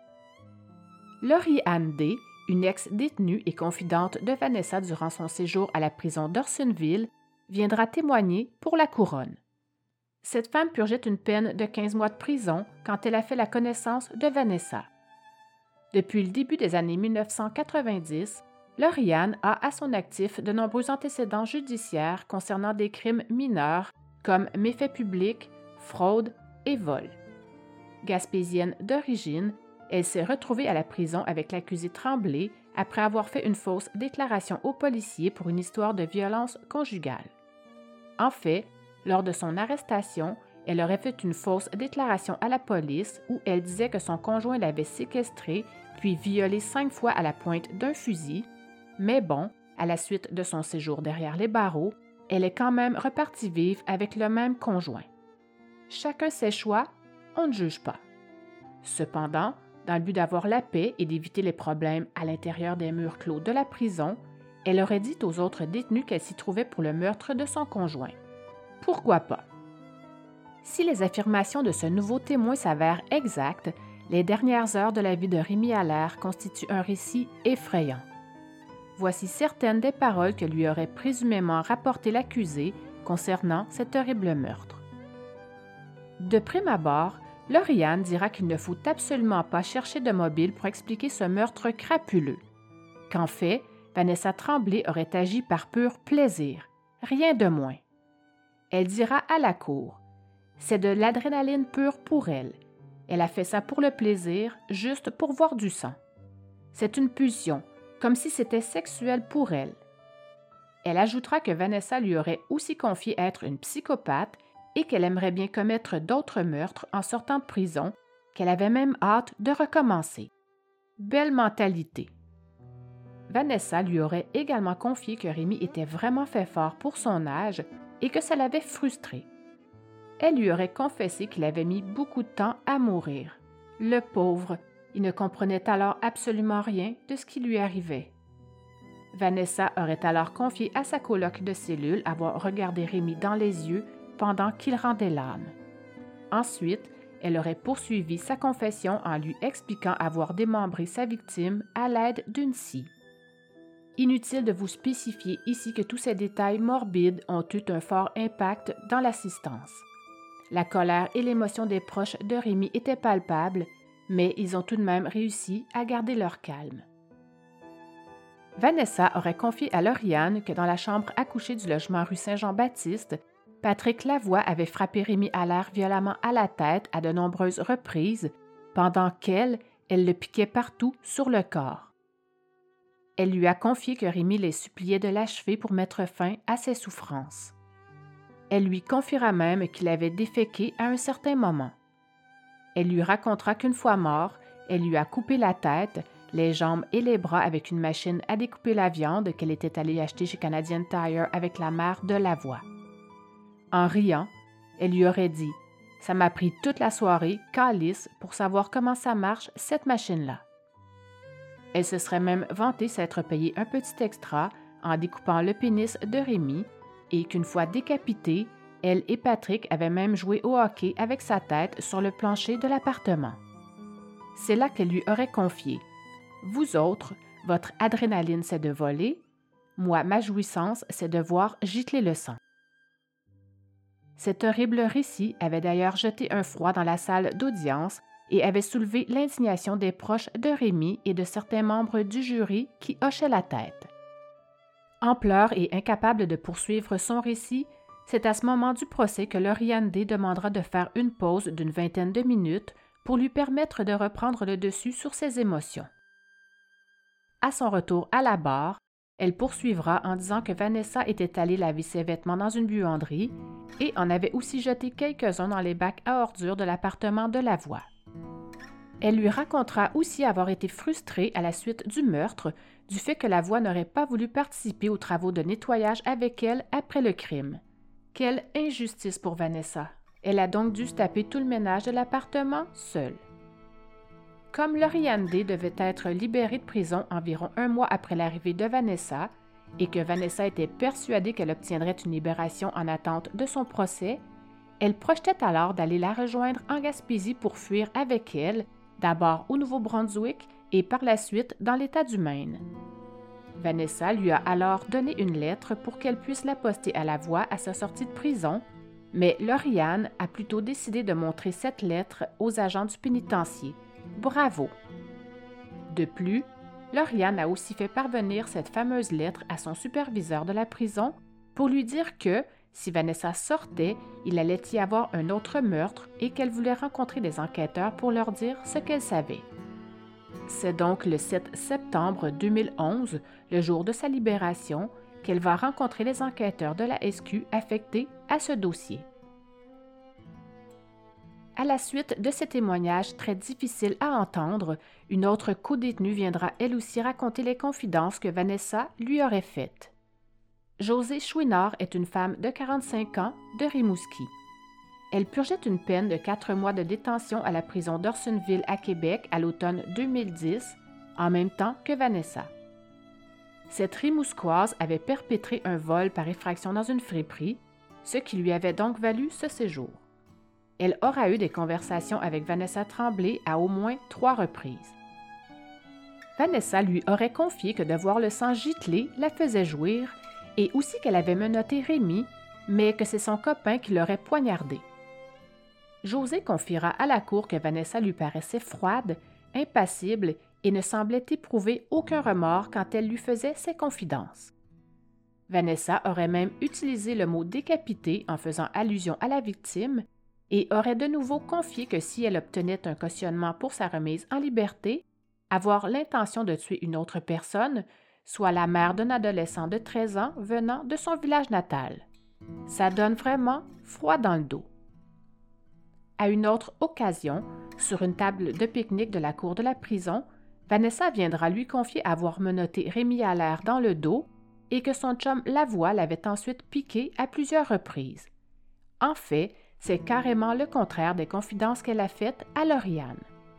Laurie-Anne Day, une ex-détenue et confidente de Vanessa durant son séjour à la prison d'Orsonville, viendra témoigner pour la couronne. Cette femme purgeait une peine de 15 mois de prison quand elle a fait la connaissance de Vanessa. Depuis le début des années 1990, Laurie-Anne a à son actif de nombreux antécédents judiciaires concernant des crimes mineurs comme méfaits publics, fraude et vol. Gaspésienne d'origine, elle s'est retrouvée à la prison avec l'accusé Tremblay après avoir fait une fausse déclaration aux policiers pour une histoire de violence conjugale. En fait, lors de son arrestation, elle aurait fait une fausse déclaration à la police où elle disait que son conjoint l'avait séquestrée puis violée 5 fois à la pointe d'un fusil, mais bon, à la suite de son séjour derrière les barreaux, elle est quand même repartie vivre avec le même conjoint. Chacun ses choix, on ne juge pas. Cependant, dans le but d'avoir la paix et d'éviter les problèmes à l'intérieur des murs clos de la prison, elle aurait dit aux autres détenus qu'elle s'y trouvait pour le meurtre de son conjoint. Pourquoi pas? Si les affirmations de ce nouveau témoin s'avèrent exactes, les dernières heures de la vie de Rémy Allaire constituent un récit effrayant. Voici certaines des paroles que lui aurait présumément rapportées l'accusé concernant cet horrible meurtre. De prime abord, Laurie-Anne dira qu'il ne faut absolument pas chercher de mobile pour expliquer ce meurtre crapuleux. Qu'en fait, Vanessa Tremblay aurait agi par pur plaisir, rien de moins. Elle dira à la cour: c'est de l'adrénaline pure pour elle. Elle a fait ça pour le plaisir, juste pour voir du sang. C'est une pulsion, comme si c'était sexuel pour elle. Elle ajoutera que Vanessa lui aurait aussi confié être une psychopathe et qu'elle aimerait bien commettre d'autres meurtres en sortant de prison, qu'elle avait même hâte de recommencer. Belle mentalité. Vanessa lui aurait également confié que Rémy était vraiment fait fort pour son âge et que ça l'avait frustré. Elle lui aurait confessé qu'il avait mis beaucoup de temps à mourir. Le pauvre, il ne comprenait alors absolument rien de ce qui lui arrivait. Vanessa aurait alors confié à sa coloc de cellule avoir regardé Rémy dans les yeux pendant qu'il rendait l'âme. Ensuite, elle aurait poursuivi sa confession en lui expliquant avoir démembré sa victime à l'aide d'une scie. Inutile de vous spécifier ici que tous ces détails morbides ont eu un fort impact dans l'assistance. La colère et l'émotion des proches de Rémy étaient palpables, mais ils ont tout de même réussi à garder leur calme. Vanessa aurait confié à Laurie-Anne que dans la chambre à coucher du logement rue Saint-Jean-Baptiste, Patrick Lavoie avait frappé Rémy Allaire violemment à la tête à de nombreuses reprises, pendant qu'elle le piquait partout sur le corps. Elle lui a confié que Rémy les suppliait de l'achever pour mettre fin à ses souffrances. Elle lui confiera même qu'il avait déféqué à un certain moment. Elle lui racontera qu'une fois mort, elle lui a coupé la tête, les jambes et les bras avec une machine à découper la viande qu'elle était allée acheter chez Canadian Tire avec la mère de Lavoie. En riant, elle lui aurait dit « Ça m'a pris toute la soirée, calice, pour savoir comment ça marche, cette machine-là. » Elle se serait même vantée s'être payée un petit extra en découpant le pénis de Rémy et qu'une fois décapitée, elle et Patrick avaient même joué au hockey avec sa tête sur le plancher de l'appartement. C'est là qu'elle lui aurait confié « Vous autres, votre adrénaline, c'est de voler. Moi, ma jouissance, c'est de voir gicler le sang. » Cet horrible récit avait d'ailleurs jeté un froid dans la salle d'audience et avait soulevé l'indignation des proches de Rémy et de certains membres du jury qui hochaient la tête. En pleurs et incapable de poursuivre son récit, c'est à ce moment du procès que Laurie-Anne Day demandera de faire une pause d'une vingtaine de minutes pour lui permettre de reprendre le dessus sur ses émotions. À son retour à la barre, elle poursuivra en disant que Vanessa était allée laver ses vêtements dans une buanderie et en avait aussi jeté quelques-uns dans les bacs à ordures de l'appartement de Lavoie. Elle lui racontera aussi avoir été frustrée à la suite du meurtre, du fait que Lavoie n'aurait pas voulu participer aux travaux de nettoyage avec elle après le crime. Quelle injustice pour Vanessa! Elle a donc dû se taper tout le ménage de l'appartement seule. Comme Lauriane D. devait être libérée de prison environ 1 mois après l'arrivée de Vanessa, et que Vanessa était persuadée qu'elle obtiendrait une libération en attente de son procès, elle projetait alors d'aller la rejoindre en Gaspésie pour fuir avec elle, d'abord au Nouveau-Brunswick et par la suite dans l'État du Maine. Vanessa lui a alors donné une lettre pour qu'elle puisse la poster à Lavoie à sa sortie de prison, mais Lauriane a plutôt décidé de montrer cette lettre aux agents du pénitencier. Bravo! De plus, Lauriane a aussi fait parvenir cette fameuse lettre à son superviseur de la prison pour lui dire que, si Vanessa sortait, il allait y avoir un autre meurtre et qu'elle voulait rencontrer des enquêteurs pour leur dire ce qu'elle savait. C'est donc le 7 septembre 2011, le jour de sa libération, qu'elle va rencontrer les enquêteurs de la SQ affectés à ce dossier. À la suite de ces témoignages très difficiles à entendre, une autre co-détenue viendra elle aussi raconter les confidences que Vanessa lui aurait faites. Josée Chouinard est une femme de 45 ans de Rimouski. Elle purgeait une peine de 4 mois de détention à la prison d'Orsonville à Québec à l'automne 2010, en même temps que Vanessa. Cette Rimousquoise avait perpétré un vol par effraction dans une friperie, ce qui lui avait donc valu ce séjour. Elle aura eu des conversations avec Vanessa Tremblay à au moins 3 reprises. Vanessa lui aurait confié que de voir le sang gicler la faisait jouir et aussi qu'elle avait menotté Rémi, mais que c'est son copain qui l'aurait poignardé. Josée confiera à la cour que Vanessa lui paraissait froide, impassible et ne semblait éprouver aucun remords quand elle lui faisait ses confidences. Vanessa aurait même utilisé le mot « décapité » en faisant allusion à la victime et aurait de nouveau confié que si elle obtenait un cautionnement pour sa remise en liberté, avoir l'intention de tuer une autre personne, soit la mère d'un adolescent de 13 ans venant de son village natal. Ça donne vraiment froid dans le dos. À une autre occasion, sur une table de pique-nique de la cour de la prison, Vanessa viendra lui confier avoir menotté Rémi Allaire dans le dos et que son chum Lavoie l'avait ensuite piqué à plusieurs reprises. En fait, c'est carrément le contraire des confidences qu'elle a faites à Lauriane.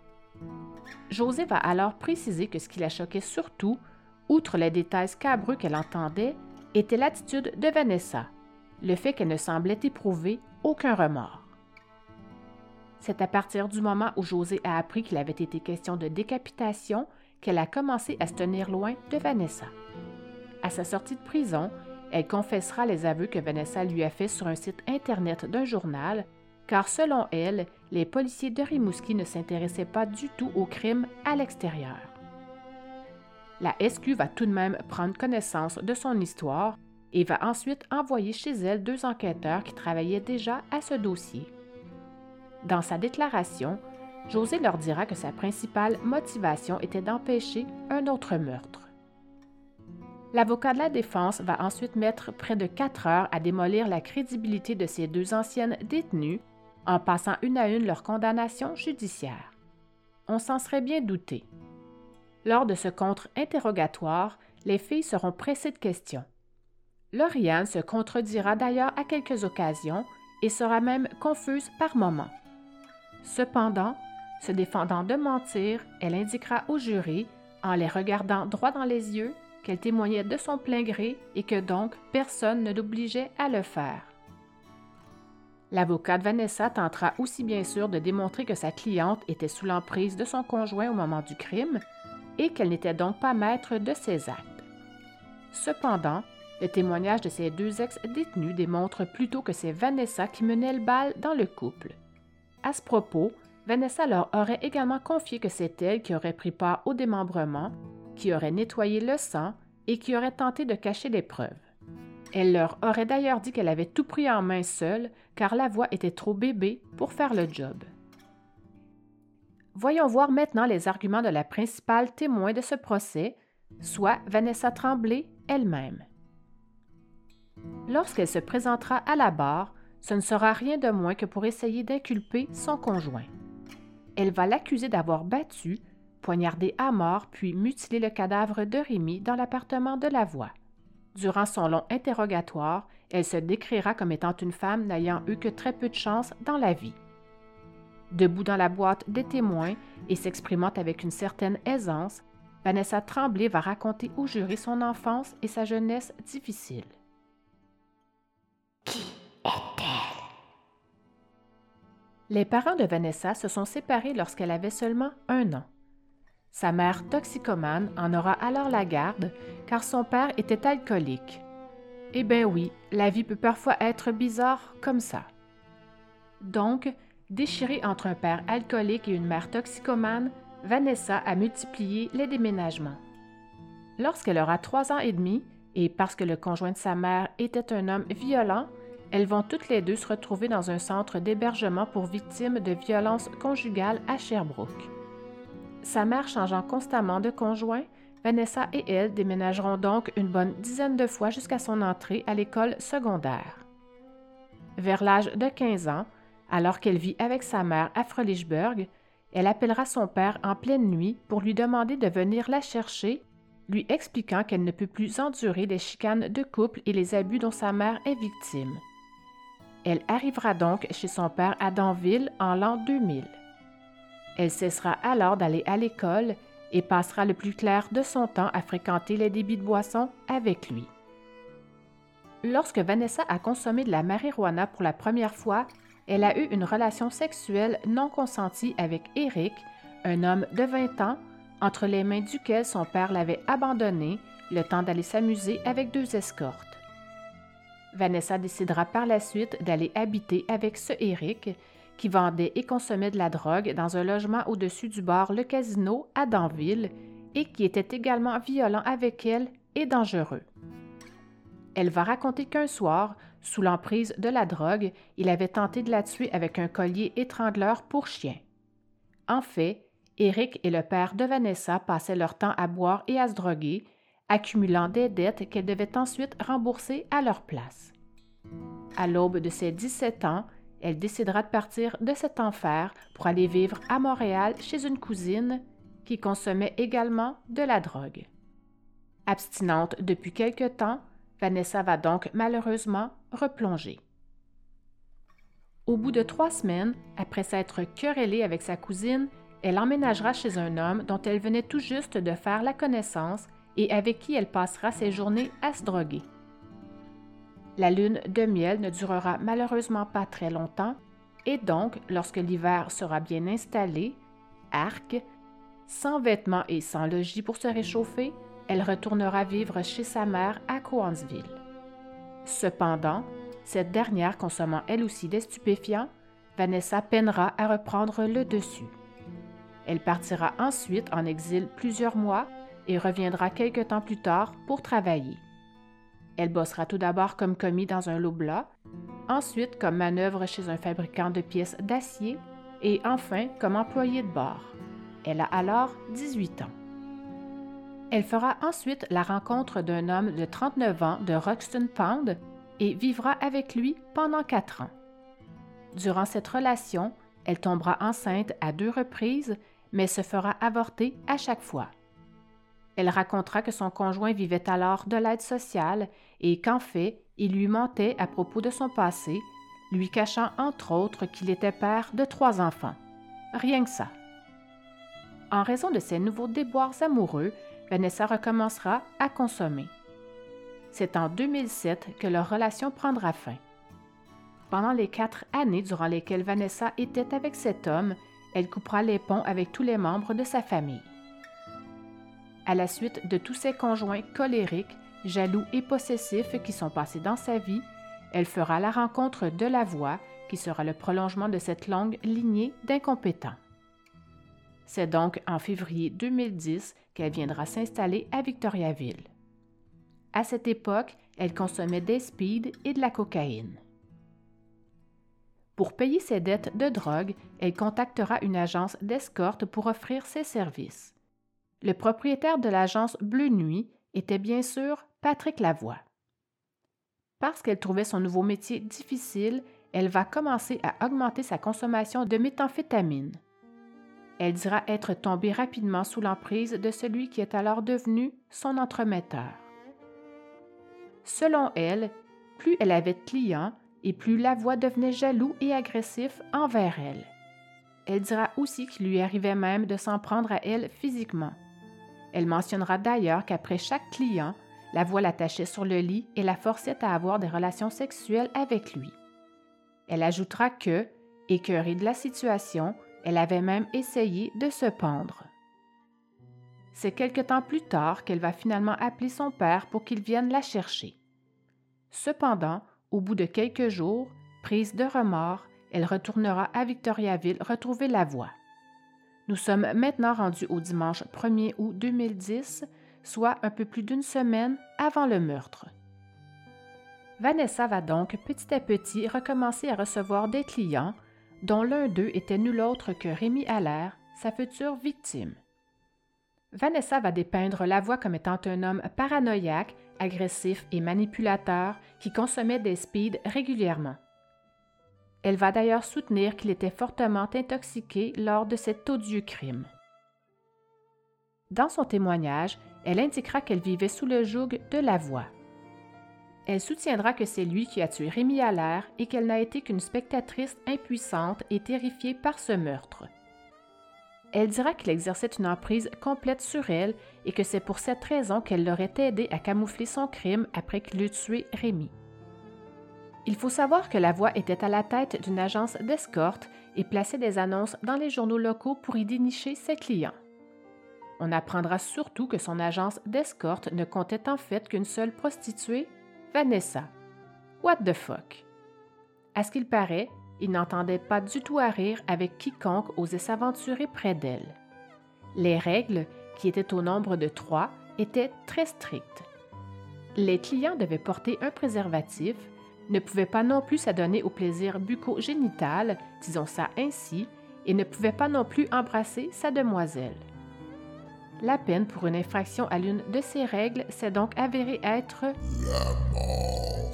Josée va alors préciser que ce qui la choquait surtout, outre les détails scabreux qu'elle entendait, était l'attitude de Vanessa, le fait qu'elle ne semblait éprouver aucun remords. C'est à partir du moment où Josée a appris qu'il avait été question de décapitation qu'elle a commencé à se tenir loin de Vanessa. À sa sortie de prison, elle confessera les aveux que Vanessa lui a faits sur un site Internet d'un journal, car selon elle, les policiers de Rimouski ne s'intéressaient pas du tout au crime à l'extérieur. La SQ va tout de même prendre connaissance de son histoire et va ensuite envoyer chez elle 2 enquêteurs qui travaillaient déjà à ce dossier. Dans sa déclaration, Josée leur dira que sa principale motivation était d'empêcher un autre meurtre. L'avocat de la défense va ensuite mettre près de 4 heures à démolir la crédibilité de ces 2 anciennes détenues en passant une à une leur condamnation judiciaire. On s'en serait bien douté. Lors de ce contre-interrogatoire, les filles seront pressées de questions. Lauriane se contredira d'ailleurs à quelques occasions et sera même confuse par moments. Cependant, se défendant de mentir, elle indiquera au jury, en les regardant droit dans les yeux, qu'elle témoignait de son plein gré et que donc personne ne l'obligeait à le faire. L'avocat de Vanessa tentera aussi bien sûr de démontrer que sa cliente était sous l'emprise de son conjoint au moment du crime et qu'elle n'était donc pas maître de ses actes. Cependant, le témoignage de ces 2 ex-détenus démontre plutôt que c'est Vanessa qui menait le bal dans le couple. À ce propos, Vanessa leur aurait également confié que c'est elle qui aurait pris part au démembrement, qui aurait nettoyé le sang et qui aurait tenté de cacher les preuves. Elle leur aurait d'ailleurs dit qu'elle avait tout pris en main seule, car Lavoie était trop bébé pour faire le job. Voyons voir maintenant les arguments de la principale témoin de ce procès, soit Vanessa Tremblay elle-même. Lorsqu'elle se présentera à la barre, ce ne sera rien de moins que pour essayer d'inculper son conjoint. Elle va l'accuser d'avoir battu, poignardé à mort puis mutilé le cadavre de Rémy dans l'appartement de Lavoie. Durant son long interrogatoire, elle se décrira comme étant une femme n'ayant eu que très peu de chance dans la vie. Debout dans la boîte des témoins et s'exprimant avec une certaine aisance, Vanessa Tremblay va raconter au jury son enfance et sa jeunesse difficile. Qui est-elle? Les parents de Vanessa se sont séparés lorsqu'elle avait seulement 1 an. Sa mère toxicomane en aura alors la garde, car son père était alcoolique. Eh bien oui, la vie peut parfois être bizarre comme ça. Donc, déchirée entre un père alcoolique et une mère toxicomane, Vanessa a multiplié les déménagements. Lorsqu'elle aura 3 ans et demi, et parce que le conjoint de sa mère était un homme violent, elles vont toutes les deux se retrouver dans un centre d'hébergement pour victimes de violences conjugales à Sherbrooke. Sa mère changeant constamment de conjoint, Vanessa et elle déménageront donc une bonne dizaine de fois jusqu'à son entrée à l'école secondaire. Vers l'âge de 15 ans, alors qu'elle vit avec sa mère à Frölichburg, elle appellera son père en pleine nuit pour lui demander de venir la chercher, lui expliquant qu'elle ne peut plus endurer les chicanes de couple et les abus dont sa mère est victime. Elle arrivera donc chez son père à Danville en l'an 2000. Elle cessera alors d'aller à l'école et passera le plus clair de son temps à fréquenter les débits de boissons avec lui. Lorsque Vanessa a consommé de la marijuana pour la première fois, elle a eu une relation sexuelle non consentie avec Éric, un homme de 20 ans, entre les mains duquel son père l'avait abandonné le temps d'aller s'amuser avec 2 escortes. Vanessa décidera par la suite d'aller habiter avec ce Éric, qui vendait et consommait de la drogue dans un logement au-dessus du bar Le Casino à Danville et qui était également violent avec elle et dangereux. Elle va raconter qu'un soir, sous l'emprise de la drogue, il avait tenté de la tuer avec un collier étrangleur pour chien. En fait, Éric et le père de Vanessa passaient leur temps à boire et à se droguer, accumulant des dettes qu'elle devait ensuite rembourser à leur place. À l'aube de ses 17 ans, elle décidera de partir de cet enfer pour aller vivre à Montréal chez une cousine qui consommait également de la drogue. Abstinente depuis quelque temps, Vanessa va donc malheureusement replonger. Au bout de 3 semaines, après s'être querellée avec sa cousine, elle emménagera chez un homme dont elle venait tout juste de faire la connaissance et avec qui elle passera ses journées à se droguer. La lune de miel ne durera malheureusement pas très longtemps, et donc, lorsque l'hiver sera bien installé, arc, sans vêtements et sans logis pour se réchauffer, elle retournera vivre chez sa mère à Cowansville. Cependant, cette dernière consommant elle aussi des stupéfiants, Vanessa peinera à reprendre le dessus. Elle partira ensuite en exil plusieurs mois et reviendra quelque temps plus tard pour travailler. Elle bossera tout d'abord comme commis dans un Loblaw, ensuite comme manœuvre chez un fabricant de pièces d'acier et enfin comme employée de bar. Elle a alors 18 ans. Elle fera ensuite la rencontre d'un homme de 39 ans de Roxton Pound et vivra avec lui pendant 4 ans. Durant cette relation, elle tombera enceinte à 2 reprises, mais se fera avorter à chaque fois. Elle racontera que son conjoint vivait alors de l'aide sociale et qu'en fait, il lui mentait à propos de son passé, lui cachant entre autres qu'il était père de 3 enfants. Rien que ça. En raison de ces nouveaux déboires amoureux, Vanessa recommencera à consommer. C'est en 2007 que leur relation prendra fin. Pendant les 4 années durant lesquelles Vanessa était avec cet homme, elle coupera les ponts avec tous les membres de sa famille. À la suite de tous ses conjoints colériques, jaloux et possessifs qui sont passés dans sa vie, elle fera la rencontre de Lavoie, qui sera le prolongement de cette longue lignée d'incompétents. C'est donc en février 2010 qu'elle viendra s'installer à Victoriaville. À cette époque, elle consommait des speed et de la cocaïne. Pour payer ses dettes de drogue, elle contactera une agence d'escorte pour offrir ses services. Le propriétaire de l'agence Bleu Nuit était bien sûr Patrick Lavoie. Parce qu'elle trouvait son nouveau métier difficile, elle va commencer à augmenter sa consommation de méthamphétamine. Elle dira être tombée rapidement sous l'emprise de celui qui est alors devenu son entremetteur. Selon elle, plus elle avait de clients et plus Lavoie devenait jaloux et agressif envers elle. Elle dira aussi qu'il lui arrivait même de s'en prendre à elle physiquement. Elle mentionnera d'ailleurs qu'après chaque client, Lavoie l'attachait sur le lit et la forçait à avoir des relations sexuelles avec lui. Elle ajoutera que, écœurée de la situation, elle avait même essayé de se pendre. C'est quelque temps plus tard qu'elle va finalement appeler son père pour qu'il vienne la chercher. Cependant, au bout de quelques jours, prise de remords, elle retournera à Victoriaville retrouver Lavoie. Nous sommes maintenant rendus au dimanche 1er août 2010, soit un peu plus d'une semaine avant le meurtre. Vanessa va donc petit à petit recommencer à recevoir des clients, dont l'un d'eux était nul autre que Rémi Allaire, sa future victime. Vanessa va dépeindre Lavoie comme étant un homme paranoïaque, agressif et manipulateur qui consommait des speeds régulièrement. Elle va d'ailleurs soutenir qu'il était fortement intoxiqué lors de cet odieux crime. Dans son témoignage, elle indiquera qu'elle vivait sous le joug de Lavoie. Elle soutiendra que c'est lui qui a tué Rémi Allaire et qu'elle n'a été qu'une spectatrice impuissante et terrifiée par ce meurtre. Elle dira qu'il exerçait une emprise complète sur elle et que c'est pour cette raison qu'elle l'aurait aidé à camoufler son crime après qu'il eut tué Rémi. Il faut savoir que Lavoie était à la tête d'une agence d'escorte et plaçait des annonces dans les journaux locaux pour y dénicher ses clients. On apprendra surtout que son agence d'escorte ne comptait en fait qu'une seule prostituée, Vanessa. What the fuck? À ce qu'il paraît, il n'entendait pas du tout à rire avec quiconque osait s'aventurer près d'elle. Les règles, qui étaient au nombre de 3, étaient très strictes. Les clients devaient porter un préservatif, ne pouvaient pas non plus s'adonner au plaisir bucco-génital, disons ça ainsi, et ne pouvaient pas non plus embrasser sa demoiselle. La peine pour une infraction à l'une de ces règles s'est donc avérée être la mort.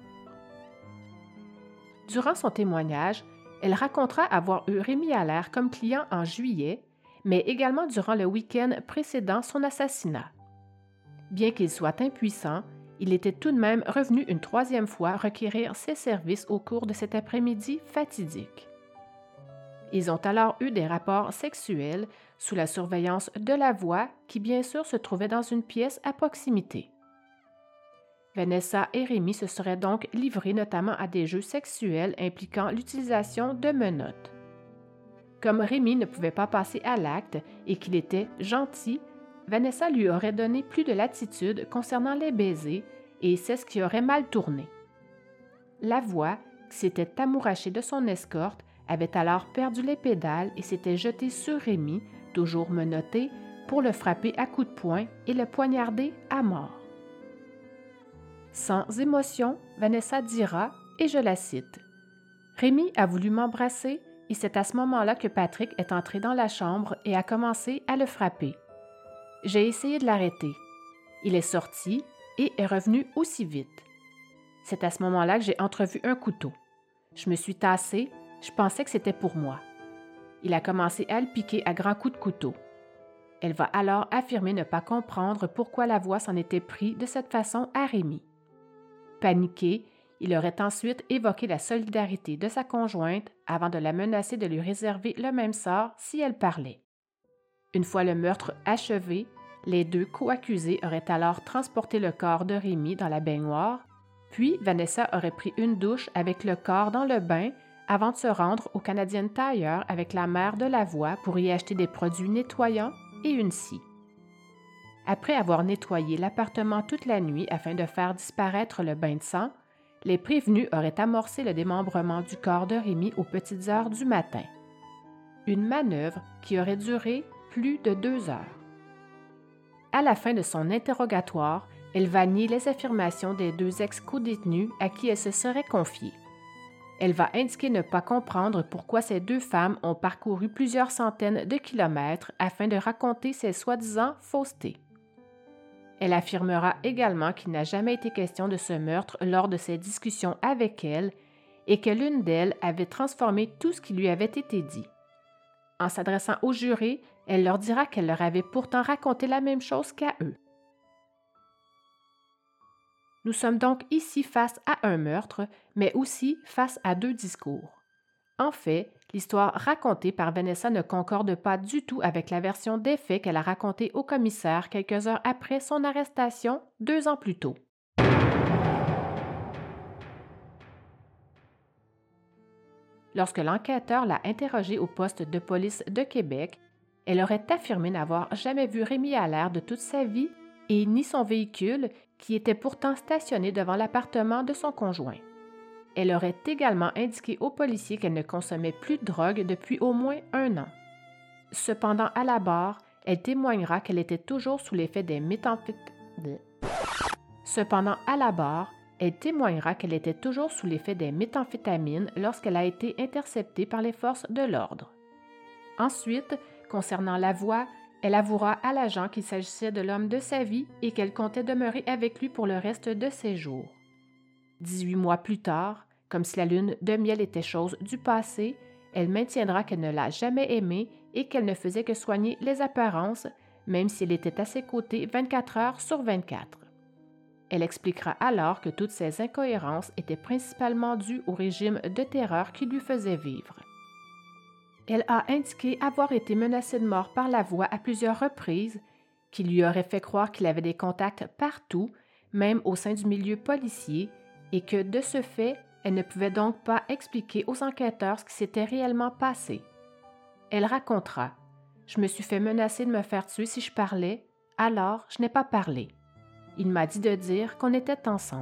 Durant son témoignage, elle racontera avoir eu Rémi Allaire comme client en juillet, mais également durant le week-end précédant son assassinat. Bien qu'il soit impuissant, il était tout de même revenu une 3e fois requérir ses services au cours de cet après-midi fatidique. Ils ont alors eu des rapports sexuels sous la surveillance de Lavoie, qui bien sûr se trouvait dans une pièce à proximité. Vanessa et Rémi se seraient donc livrés notamment à des jeux sexuels impliquant l'utilisation de menottes. Comme Rémi ne pouvait pas passer à l'acte et qu'il était gentil, Vanessa lui aurait donné plus de latitude concernant les baisers et c'est ce qui aurait mal tourné. Lavoie, qui s'était amouraché de son escorte, avait alors perdu les pédales et s'était jeté sur Rémi, toujours menotté, pour le frapper à coups de poing et le poignarder à mort. Sans émotion, Vanessa dira, et je la cite, « Rémi a voulu m'embrasser et c'est à ce moment-là que Patrick est entré dans la chambre et a commencé à le frapper. J'ai essayé de l'arrêter. Il est sorti et est revenu aussi vite. C'est à ce moment-là que j'ai entrevu un couteau. Je me suis tassée, je pensais que c'était pour moi. Il a commencé à le piquer à grands coups de couteau. Elle va alors affirmer ne pas comprendre pourquoi Lavoie s'en était pris de cette façon à Rémi. Paniqué, il aurait ensuite évoqué la solidarité de sa conjointe avant de la menacer de lui réserver le même sort si elle parlait. Une fois le meurtre achevé, les 2 co-accusés auraient alors transporté le corps de Rémi dans la baignoire, puis Vanessa aurait pris une douche avec le corps dans le bain avant de se rendre au Canadian Tire avec la mère de Lavoie pour y acheter des produits nettoyants et une scie. Après avoir nettoyé l'appartement toute la nuit afin de faire disparaître le bain de sang, les prévenus auraient amorcé le démembrement du corps de Rémi aux petites heures du matin. Une manœuvre qui aurait duré plus de 2 heures. À la fin de son interrogatoire, elle va nier les affirmations des 2 ex-co-détenus à qui elle se serait confiée. Elle va indiquer ne pas comprendre pourquoi ces deux femmes ont parcouru plusieurs centaines de kilomètres afin de raconter ces soi-disant faussetés. Elle affirmera également qu'il n'a jamais été question de ce meurtre lors de ses discussions avec elle et que l'une d'elles avait transformé tout ce qui lui avait été dit. En s'adressant aux jurés, elle leur dira qu'elle leur avait pourtant raconté la même chose qu'à eux. Nous sommes donc ici face à un meurtre, mais aussi face à deux discours. En fait, l'histoire racontée par Vanessa ne concorde pas du tout avec la version des faits qu'elle a racontée au commissaire quelques heures après son arrestation, 2 ans plus tôt. Lorsque l'enquêteur l'a interrogée au poste de police de Québec, elle aurait affirmé n'avoir jamais vu Rémi Allaire de toute sa vie et ni son véhicule, qui était pourtant stationné devant l'appartement de son conjoint. Elle aurait également indiqué aux policiers qu'elle ne consommait plus de drogue depuis au moins 1 an. Cependant, à la barre, elle témoignera qu'elle était toujours sous l'effet des méthamphétamines lorsqu'elle a été interceptée par les forces de l'ordre. Ensuite, concernant la voix, elle avouera à l'agent qu'il s'agissait de l'homme de sa vie et qu'elle comptait demeurer avec lui pour le reste de ses jours. 18 mois plus tard, comme si la lune de miel était chose du passé, elle maintiendra qu'elle ne l'a jamais aimé et qu'elle ne faisait que soigner les apparences, même si elle était à ses côtés 24 heures sur 24. Elle expliquera alors que toutes ces incohérences étaient principalement dues au régime de terreur qu'il lui faisait vivre. Elle a indiqué avoir été menacée de mort par la voix à plusieurs reprises, qui lui aurait fait croire qu'il avait des contacts partout, même au sein du milieu policier, et que, de ce fait, elle ne pouvait donc pas expliquer aux enquêteurs ce qui s'était réellement passé. Elle racontera « Je me suis fait menacer de me faire tuer si je parlais, alors je n'ai pas parlé. Il m'a dit de dire qu'on était ensemble. »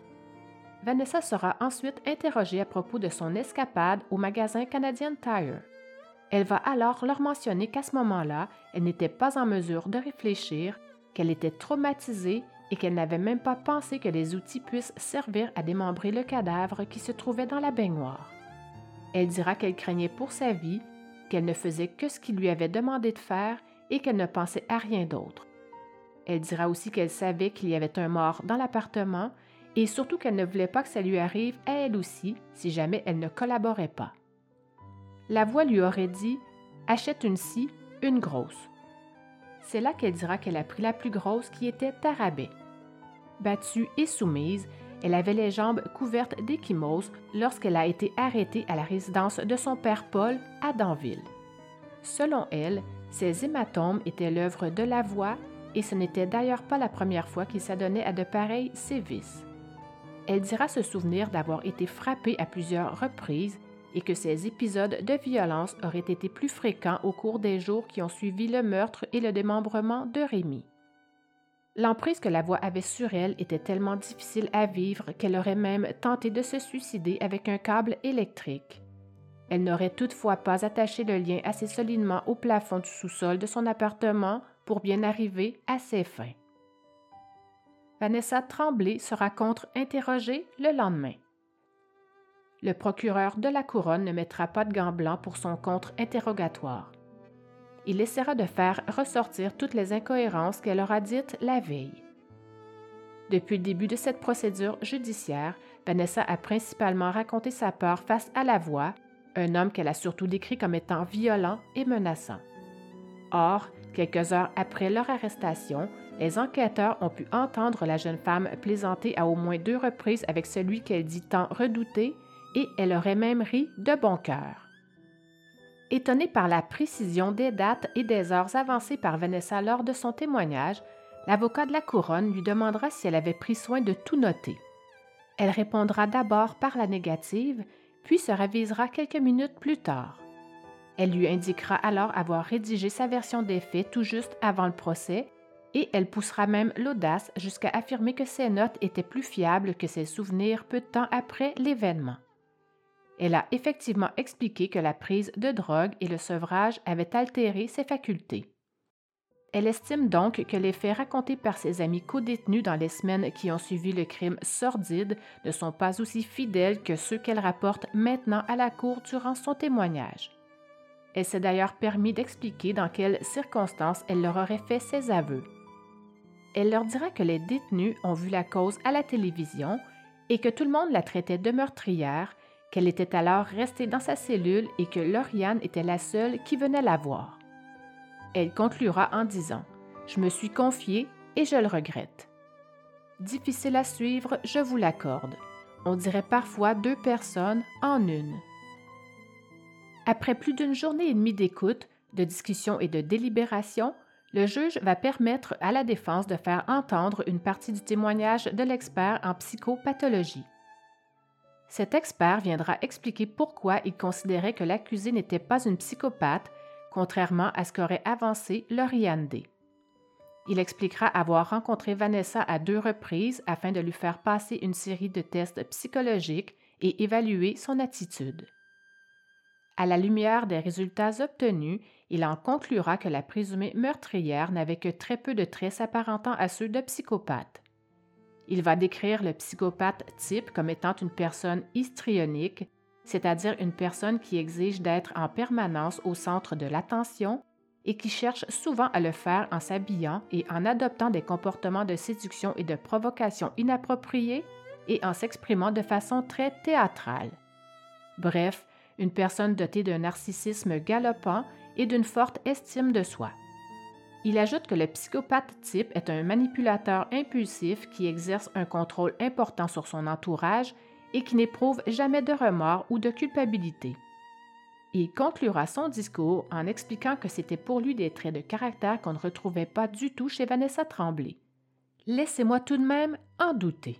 Vanessa sera ensuite interrogée à propos de son escapade au magasin Canadian Tire. Elle va alors leur mentionner qu'à ce moment-là, elle n'était pas en mesure de réfléchir, qu'elle était traumatisée et qu'elle n'avait même pas pensé que les outils puissent servir à démembrer le cadavre qui se trouvait dans la baignoire. Elle dira qu'elle craignait pour sa vie, qu'elle ne faisait que ce qu'il lui avait demandé de faire et qu'elle ne pensait à rien d'autre. Elle dira aussi qu'elle savait qu'il y avait un mort dans l'appartement et surtout qu'elle ne voulait pas que ça lui arrive à elle aussi si jamais elle ne collaborait pas. La voix lui aurait dit « Achète une scie, une grosse ». C'est là qu'elle dira qu'elle a pris la plus grosse qui était à rabais. Battue et soumise, elle avait les jambes couvertes d'échymose lorsqu'elle a été arrêtée à la résidence de son père Paul à Danville. Selon elle, ces hématomes étaient l'œuvre de la voix et ce n'était d'ailleurs pas la première fois qu'il s'adonnait à de pareils sévices. Elle dira se souvenir d'avoir été frappée à plusieurs reprises et que ces épisodes de violence auraient été plus fréquents au cours des jours qui ont suivi le meurtre et le démembrement de Rémi. L'emprise que la voix avait sur elle était tellement difficile à vivre qu'elle aurait même tenté de se suicider avec un câble électrique. Elle n'aurait toutefois pas attaché le lien assez solidement au plafond du sous-sol de son appartement pour bien arriver à ses fins. Vanessa Tremblay sera contre-interrogée le lendemain. Le procureur de la Couronne ne mettra pas de gants blancs pour son contre-interrogatoire. Il essaiera de faire ressortir toutes les incohérences qu'elle aura dites la veille. Depuis le début de cette procédure judiciaire, Vanessa a principalement raconté sa peur face à la voix, un homme qu'elle a surtout décrit comme étant violent et menaçant. Or, quelques heures après leur arrestation, les enquêteurs ont pu entendre la jeune femme plaisanter à au moins 2 reprises avec celui qu'elle dit tant redouter, et elle aurait même ri de bon cœur. Étonnée par la précision des dates et des heures avancées par Vanessa lors de son témoignage, l'avocat de la Couronne lui demandera si elle avait pris soin de tout noter. Elle répondra d'abord par la négative, puis se ravisera quelques minutes plus tard. Elle lui indiquera alors avoir rédigé sa version des faits tout juste avant le procès, et elle poussera même l'audace jusqu'à affirmer que ses notes étaient plus fiables que ses souvenirs peu de temps après l'événement. Elle a effectivement expliqué que la prise de drogue et le sevrage avaient altéré ses facultés. Elle estime donc que les faits racontés par ses amis codétenus dans les semaines qui ont suivi le crime sordide ne sont pas aussi fidèles que ceux qu'elle rapporte maintenant à la cour durant son témoignage. Elle s'est d'ailleurs permis d'expliquer dans quelles circonstances elle leur aurait fait ses aveux. Elle leur dira que les détenus ont vu la cause à la télévision et que tout le monde la traitait de meurtrière, qu'elle était alors restée dans sa cellule et que Lauriane était la seule qui venait la voir. Elle conclura en disant « Je me suis confiée et je le regrette. » Difficile à suivre, je vous l'accorde. On dirait parfois 2 personnes en une. Après plus d'une journée et demie d'écoute, de discussion et de délibération, le juge va permettre à la défense de faire entendre une partie du témoignage de l'expert en psychopathologie. Cet expert viendra expliquer pourquoi il considérait que l'accusée n'était pas une psychopathe, contrairement à ce qu'aurait avancé Lauriane D. Il expliquera avoir rencontré Vanessa à 2 reprises afin de lui faire passer une série de tests psychologiques et évaluer son attitude. À la lumière des résultats obtenus, il en conclura que la présumée meurtrière n'avait que très peu de traits s'apparentant à ceux de psychopathe. Il va décrire le psychopathe type comme étant une personne histrionique, c'est-à-dire une personne qui exige d'être en permanence au centre de l'attention et qui cherche souvent à le faire en s'habillant et en adoptant des comportements de séduction et de provocation inappropriés et en s'exprimant de façon très théâtrale. Bref, une personne dotée d'un narcissisme galopant et d'une forte estime de soi. Il ajoute que le psychopathe type est un manipulateur impulsif qui exerce un contrôle important sur son entourage et qui n'éprouve jamais de remords ou de culpabilité. Il conclura son discours en expliquant que c'était pour lui des traits de caractère qu'on ne retrouvait pas du tout chez Vanessa Tremblay. Laissez-moi tout de même en douter.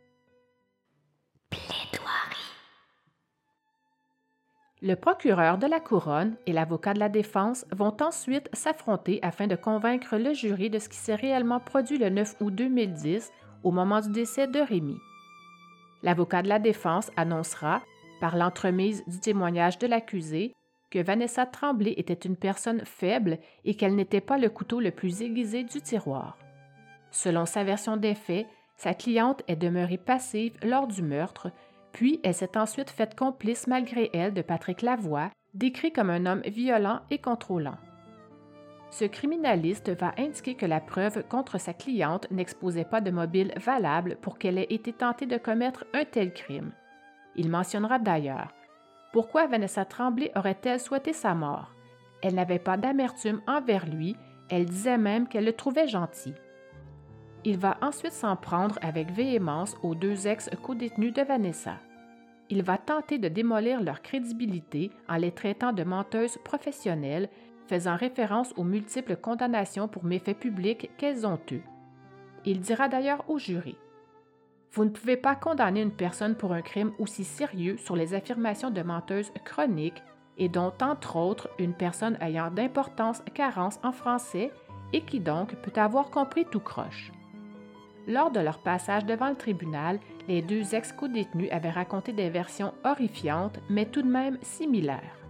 Le procureur de la Couronne et l'avocat de la défense vont ensuite s'affronter afin de convaincre le jury de ce qui s'est réellement produit le 9 août 2010 au moment du décès de Rémi. L'avocat de la défense annoncera, par l'entremise du témoignage de l'accusé, que Vanessa Tremblay était une personne faible et qu'elle n'était pas le couteau le plus aiguisé du tiroir. Selon sa version des faits, sa cliente est demeurée passive lors du meurtre, puis elle s'est ensuite faite complice malgré elle de Patrick Lavoie, décrit comme un homme violent et contrôlant. Ce criminaliste va indiquer que la preuve contre sa cliente n'exposait pas de mobile valable pour qu'elle ait été tentée de commettre un tel crime. Il mentionnera d'ailleurs « Pourquoi Vanessa Tremblay aurait-elle souhaité sa mort? Elle n'avait pas d'amertume envers lui, elle disait même qu'elle le trouvait gentil. » Il va ensuite s'en prendre avec véhémence aux 2 ex-codétenus de Vanessa. Il va tenter de démolir leur crédibilité en les traitant de menteuses professionnelles, faisant référence aux multiples condamnations pour méfaits publics qu'elles ont eues. Il dira d'ailleurs au jury « Vous ne pouvez pas condamner une personne pour un crime aussi sérieux sur les affirmations de menteuses chroniques et dont, entre autres, une personne ayant d'importantes carences en français et qui donc peut avoir compris tout croche. » Lors de leur passage devant le tribunal, les 2 ex-codétenus avaient raconté des versions horrifiantes, mais tout de même similaires.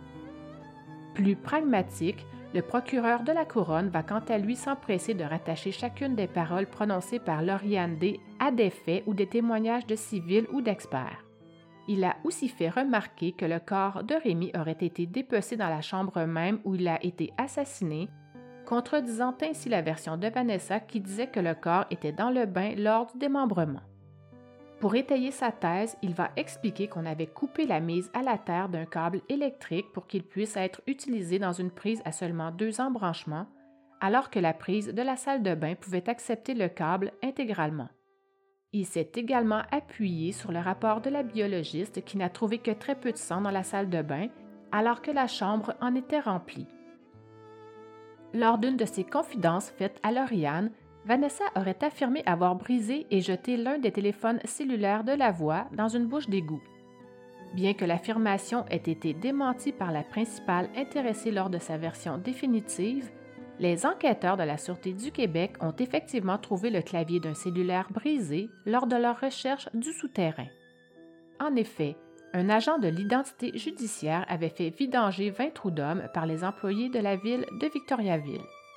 Plus pragmatique, le procureur de la Couronne va quant à lui s'empresser de rattacher chacune des paroles prononcées par Lauriane D. à des faits ou des témoignages de civils ou d'experts. Il a aussi fait remarquer que le corps de Rémi aurait été dépecé dans la chambre même où il a été assassiné, contredisant ainsi la version de Vanessa qui disait que le corps était dans le bain lors du démembrement. Pour étayer sa thèse, il va expliquer qu'on avait coupé la mise à la terre d'un câble électrique pour qu'il puisse être utilisé dans une prise à seulement 2 embranchements, alors que la prise de la salle de bain pouvait accepter le câble intégralement. Il s'est également appuyé sur le rapport de la biologiste qui n'a trouvé que très peu de sang dans la salle de bain, alors que la chambre en était remplie. Lors d'une de ses confidences faites à Lauriane, Vanessa aurait affirmé avoir brisé et jeté l'un des téléphones cellulaires de Lavoie dans une bouche d'égout. Bien que l'affirmation ait été démentie par la principale intéressée lors de sa version définitive, les enquêteurs de la Sûreté du Québec ont effectivement trouvé le clavier d'un cellulaire brisé lors de leur recherche du souterrain. En effet, un agent de l'identité judiciaire avait fait vidanger 20 trous d'hommes par les employés de la ville de Victoriaville.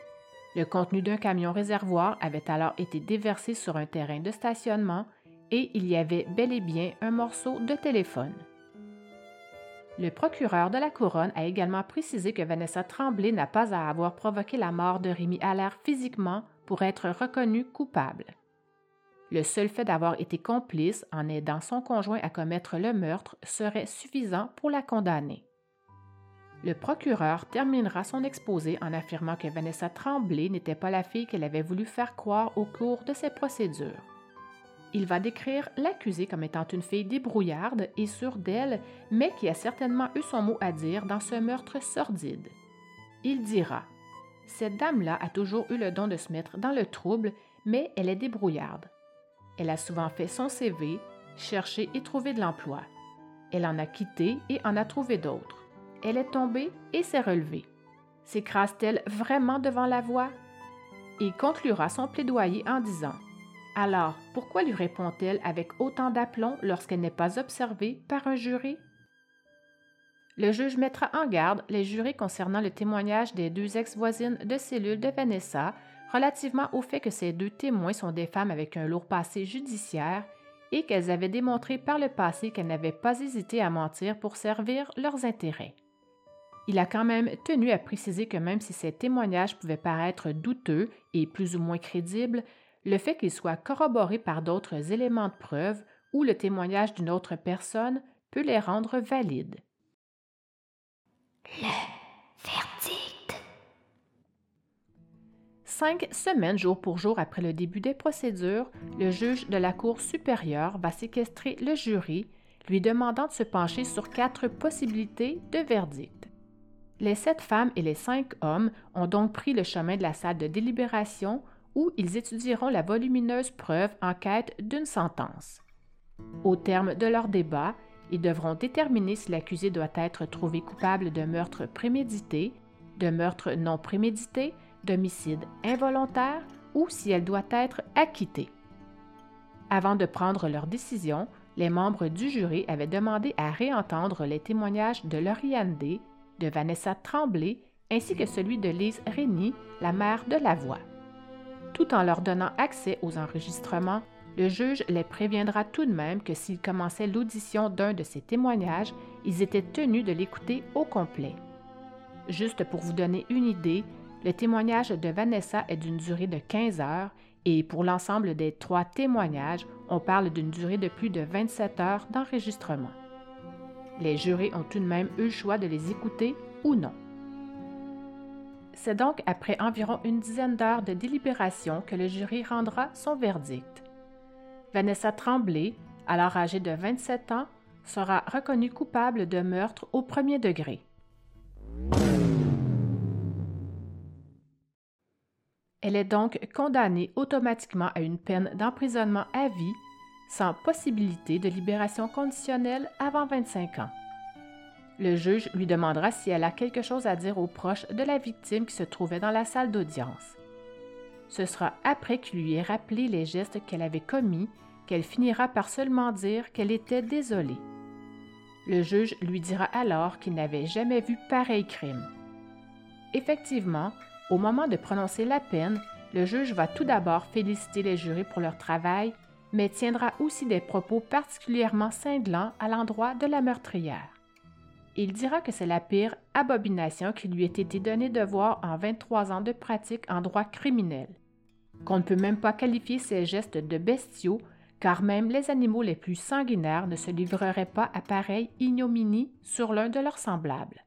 Le contenu d'un camion réservoir avait alors été déversé sur un terrain de stationnement et il y avait bel et bien un morceau de téléphone. Le procureur de la Couronne a également précisé que Vanessa Tremblay n'a pas à avoir provoqué la mort de Rémi Allaire physiquement pour être reconnue coupable. Le seul fait d'avoir été complice en aidant son conjoint à commettre le meurtre serait suffisant pour la condamner. Le procureur terminera son exposé en affirmant que Vanessa Tremblay n'était pas la fille qu'elle avait voulu faire croire au cours de ces procédures. Il va décrire l'accusée comme étant une fille débrouillarde et sûre d'elle, mais qui a certainement eu son mot à dire dans ce meurtre sordide. Il dira « Cette dame-là a toujours eu le don de se mettre dans le trouble, mais elle est débrouillarde. Elle a souvent fait son CV, cherché et trouvé de l'emploi. Elle en a quitté et en a trouvé d'autres. Elle est tombée et s'est relevée. S'écrase-t-elle vraiment devant la voie? » Il conclura son plaidoyer en disant « Alors, pourquoi lui répond-elle avec autant d'aplomb lorsqu'elle n'est pas observée par un jury? » Le juge mettra en garde les jurés concernant le témoignage des 2 ex-voisines de cellule de Vanessa relativement au fait que ces 2 témoins sont des femmes avec un lourd passé judiciaire et qu'elles avaient démontré par le passé qu'elles n'avaient pas hésité à mentir pour servir leurs intérêts. Il a quand même tenu à préciser que même si ces témoignages pouvaient paraître douteux et plus ou moins crédibles, le fait qu'ils soient corroborés par d'autres éléments de preuve ou le témoignage d'une autre personne peut les rendre valides. Le verdict. 5 semaines jour pour jour après le début des procédures, le juge de la Cour supérieure va séquestrer le jury, lui demandant de se pencher sur 4 possibilités de verdict. Les 7 femmes et les 5 hommes ont donc pris le chemin de la salle de délibération où ils étudieront la volumineuse preuve en quête d'une sentence. Au terme de leur débat, ils devront déterminer si l'accusé doit être trouvé coupable de meurtre prémédité, de meurtre non prémédité, d'homicide involontaire ou si elle doit être acquittée. Avant de prendre leur décision, les membres du jury avaient demandé à réentendre les témoignages de Lauriane D., de Vanessa Tremblay ainsi que celui de Lise Régny, la mère de Lavoie. Tout en leur donnant accès aux enregistrements, le juge les préviendra tout de même que s'ils commençaient l'audition d'un de ces témoignages, ils étaient tenus de l'écouter au complet. Juste pour vous donner une idée, le témoignage de Vanessa est d'une durée de 15 heures et pour l'ensemble des 3 témoignages, on parle d'une durée de plus de 27 heures d'enregistrement. Les jurés ont tout de même eu le choix de les écouter ou non. C'est donc après environ une dizaine d'heures de délibération que le jury rendra son verdict. Vanessa Tremblay, alors âgée de 27 ans, sera reconnue coupable de meurtre au premier degré. Elle est donc condamnée automatiquement à une peine d'emprisonnement à vie, sans possibilité de libération conditionnelle avant 25 ans. Le juge lui demandera si elle a quelque chose à dire aux proches de la victime qui se trouvait dans la salle d'audience. Ce sera après qu'il lui ait rappelé les gestes qu'elle avait commis qu'elle finira par seulement dire qu'elle était désolée. Le juge lui dira alors qu'il n'avait jamais vu pareil crime. Effectivement, au moment de prononcer la peine, le juge va tout d'abord féliciter les jurés pour leur travail, mais tiendra aussi des propos particulièrement cinglants à l'endroit de la meurtrière. Il dira que c'est la pire abomination qui lui ait été donnée de voir en 23 ans de pratique en droit criminel, qu'on ne peut même pas qualifier ces gestes de bestiaux, car même les animaux les plus sanguinaires ne se livreraient pas à pareille ignominie sur l'un de leurs semblables.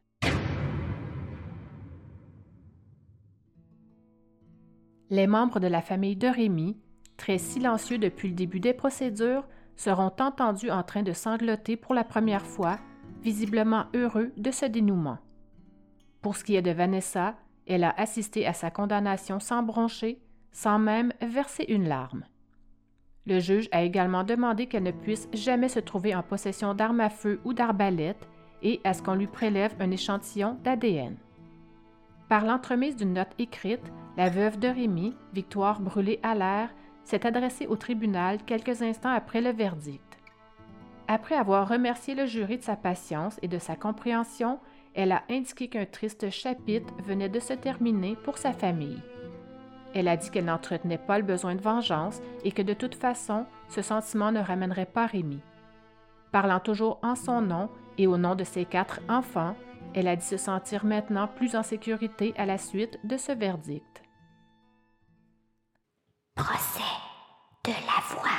Les membres de la famille de Rémi, très silencieux depuis le début des procédures, seront entendus en train de sangloter pour la première fois, visiblement heureux de ce dénouement. Pour ce qui est de Vanessa, elle a assisté à sa condamnation sans broncher, sans même verser une larme. Le juge a également demandé qu'elle ne puisse jamais se trouver en possession d'armes à feu ou d'arbalètes et à ce qu'on lui prélève un échantillon d'ADN. Par l'entremise d'une note écrite, la veuve de Rémi, Victoire Brûlé-Allaire, s'est adressée au tribunal quelques instants après le verdict. Après avoir remercié le jury de sa patience et de sa compréhension, elle a indiqué qu'un triste chapitre venait de se terminer pour sa famille. Elle a dit qu'elle n'entretenait pas le besoin de vengeance et que de toute façon, ce sentiment ne ramènerait pas Rémi. Parlant toujours en son nom et au nom de ses 4 enfants, elle a dit se sentir maintenant plus en sécurité à la suite de ce verdict. Procès de la voix.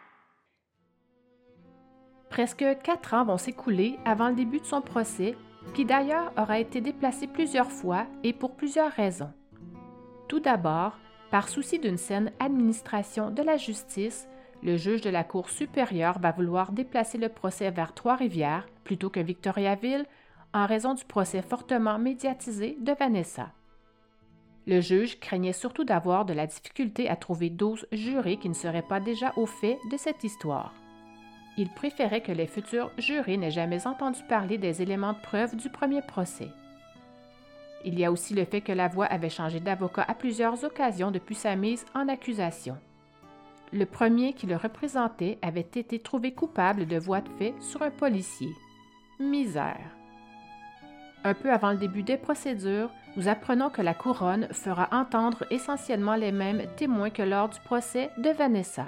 Presque 4 ans vont s'écouler avant le début de son procès, qui d'ailleurs aura été déplacé plusieurs fois et pour plusieurs raisons. Tout d'abord, par souci d'une saine administration de la justice, le juge de la Cour supérieure va vouloir déplacer le procès vers Trois-Rivières plutôt que Victoriaville en raison du procès fortement médiatisé de Vanessa. Le juge craignait surtout d'avoir de la difficulté à trouver 12 jurés qui ne seraient pas déjà au fait de cette histoire. Il préférait que les futurs jurés n'aient jamais entendu parler des éléments de preuve du premier procès. Il y a aussi le fait que Lavoie avait changé d'avocat à plusieurs occasions depuis sa mise en accusation. Le premier qui le représentait avait été trouvé coupable de voies de fait sur un policier. Misère. Un peu avant le début des procédures, nous apprenons que la couronne fera entendre essentiellement les mêmes témoins que lors du procès de Vanessa.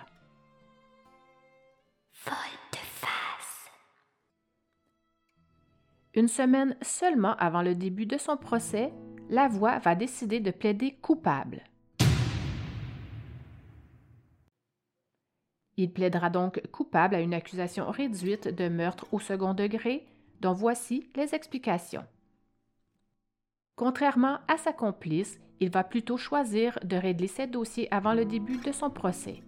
Volte-face. Une semaine seulement avant le début de son procès, Lavoie va décider de plaider coupable. Il plaidera donc coupable à une accusation réduite de meurtre au second degré, dont voici les explications. Contrairement à sa complice, il va plutôt choisir de régler ses dossiers avant le début de son procès.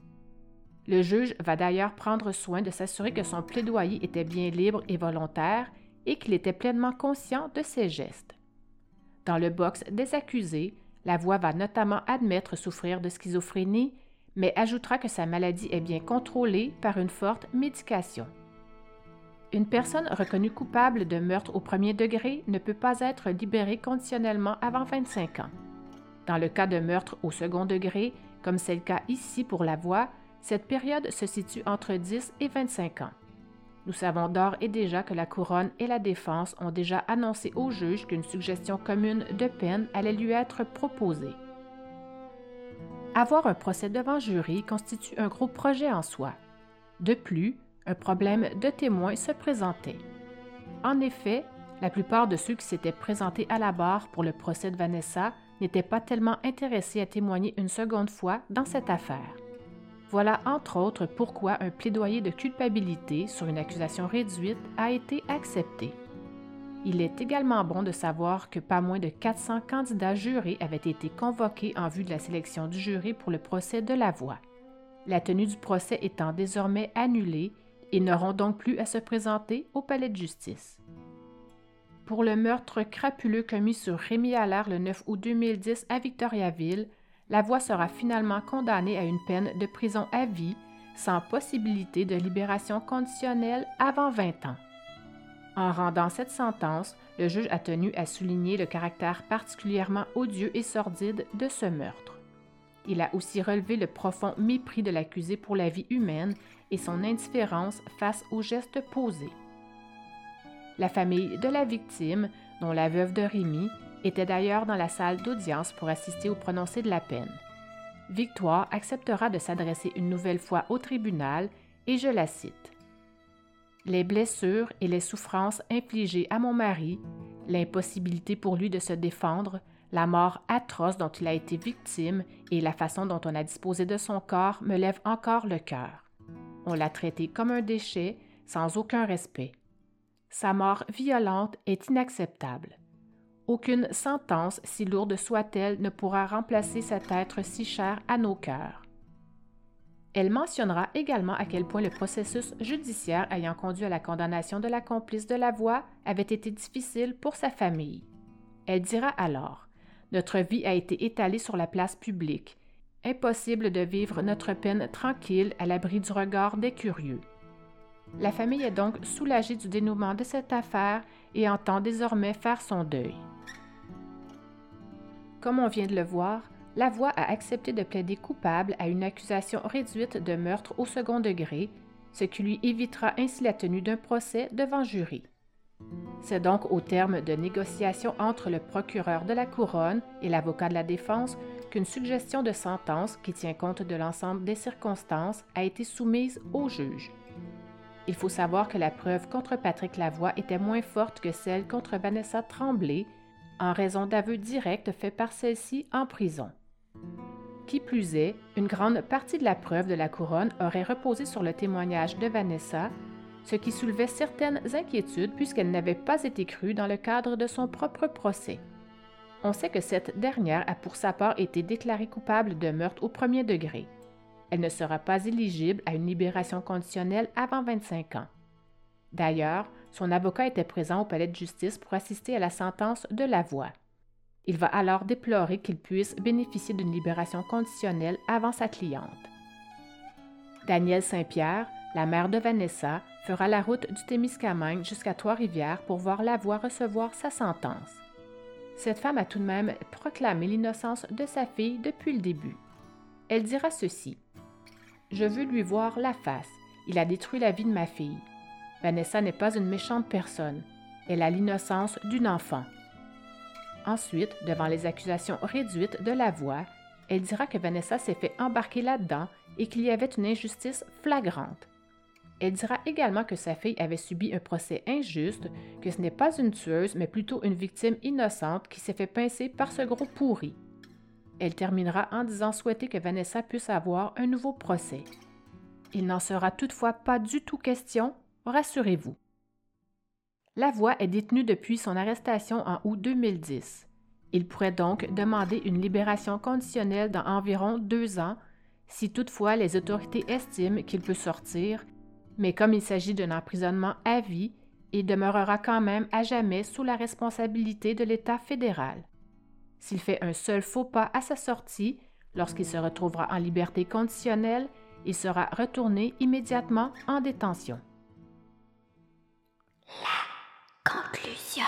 Le juge va d'ailleurs prendre soin de s'assurer que son plaidoyer était bien libre et volontaire et qu'il était pleinement conscient de ses gestes. Dans le box des accusés, Lavoie va notamment admettre souffrir de schizophrénie, mais ajoutera que sa maladie est bien contrôlée par une forte médication. Une personne reconnue coupable de meurtre au premier degré ne peut pas être libérée conditionnellement avant 25 ans. Dans le cas de meurtre au second degré, comme c'est le cas ici pour Lavoie, cette période se situe entre 10 et 25 ans. Nous savons d'ores et déjà que la couronne et la défense ont déjà annoncé au juge qu'une suggestion commune de peine allait lui être proposée. Avoir un procès devant jury constitue un gros projet en soi. De plus, un problème de témoins se présentait. En effet, la plupart de ceux qui s'étaient présentés à la barre pour le procès de Vanessa n'étaient pas tellement intéressés à témoigner une seconde fois dans cette affaire. Voilà entre autres pourquoi un plaidoyer de culpabilité sur une accusation réduite a été accepté. Il est également bon de savoir que pas moins de 400 candidats jurés avaient été convoqués en vue de la sélection du jury pour le procès de Lavoie. La tenue du procès étant désormais annulée, ils n'auront donc plus à se présenter au palais de justice. Pour le meurtre crapuleux commis sur Rémi Allaire le 9 août 2010 à Victoriaville, Lavoie sera finalement condamné à une peine de prison à vie, sans possibilité de libération conditionnelle avant 20 ans. En rendant cette sentence, le juge a tenu à souligner le caractère particulièrement odieux et sordide de ce meurtre. Il a aussi relevé le profond mépris de l'accusé pour la vie humaine et son indifférence face aux gestes posés. La famille de la victime, dont la veuve de Rémi, était d'ailleurs dans la salle d'audience pour assister au prononcé de la peine. Victoire acceptera de s'adresser une nouvelle fois au tribunal et je la cite. « Les blessures et les souffrances infligées à mon mari, l'impossibilité pour lui de se défendre, la mort atroce dont il a été victime et la façon dont on a disposé de son corps me lèvent encore le cœur. On l'a traité comme un déchet, sans aucun respect. Sa mort violente est inacceptable. Aucune sentence, si lourde soit-elle, ne pourra remplacer cet être si cher à nos cœurs. » Elle mentionnera également à quel point le processus judiciaire ayant conduit à la condamnation de la complice de Lavoie avait été difficile pour sa famille. Elle dira alors « Notre vie a été étalée sur la place publique. Impossible de vivre notre peine tranquille à l'abri du regard des curieux. » La famille est donc soulagée du dénouement de cette affaire et entend désormais faire son deuil. Comme on vient de le voir, Lavoie a accepté de plaider coupable à une accusation réduite de meurtre au second degré, ce qui lui évitera ainsi la tenue d'un procès devant jury. C'est donc au terme de négociations entre le procureur de la Couronne et l'avocat de la défense qu'une suggestion de sentence qui tient compte de l'ensemble des circonstances a été soumise au juge. Il faut savoir que la preuve contre Patrick Lavoie était moins forte que celle contre Vanessa Tremblay en raison d'aveux directs faits par celle-ci en prison. Qui plus est, une grande partie de la preuve de la couronne aurait reposé sur le témoignage de Vanessa, ce qui soulevait certaines inquiétudes puisqu'elle n'avait pas été crue dans le cadre de son propre procès. On sait que cette dernière a pour sa part été déclarée coupable de meurtre au premier degré. Elle ne sera pas éligible à une libération conditionnelle avant 25 ans. D'ailleurs, son avocat était présent au palais de justice pour assister à la sentence de Lavoie. Il va alors déplorer qu'il puisse bénéficier d'une libération conditionnelle avant sa cliente. Danielle Saint-Pierre, la mère de Vanessa, fera la route du Témiscamingue jusqu'à Trois-Rivières pour voir Lavoie recevoir sa sentence. Cette femme a tout de même proclamé l'innocence de sa fille depuis le début. Elle dira ceci. « Je veux lui voir la face. Il a détruit la vie de ma fille. Vanessa n'est pas une méchante personne. Elle a l'innocence d'une enfant. » Ensuite, devant les accusations réduites de Lavoie, elle dira que Vanessa s'est fait embarquer là-dedans et qu'il y avait une injustice flagrante. Elle dira également que sa fille avait subi un procès injuste, que ce n'est pas une tueuse, mais plutôt une victime innocente qui s'est fait pincer par ce gros pourri. Elle terminera en disant souhaiter que Vanessa puisse avoir un nouveau procès. Il n'en sera toutefois pas du tout question, rassurez-vous. Lavoie est détenu depuis son arrestation en août 2010. Il pourrait donc demander une libération conditionnelle dans environ 2 ans, si toutefois les autorités estiment qu'il peut sortir, mais comme il s'agit d'un emprisonnement à vie, il demeurera quand même à jamais sous la responsabilité de l'État fédéral. S'il fait un seul faux pas à sa sortie, lorsqu'il se retrouvera en liberté conditionnelle, il sera retourné immédiatement en détention. Conclusion.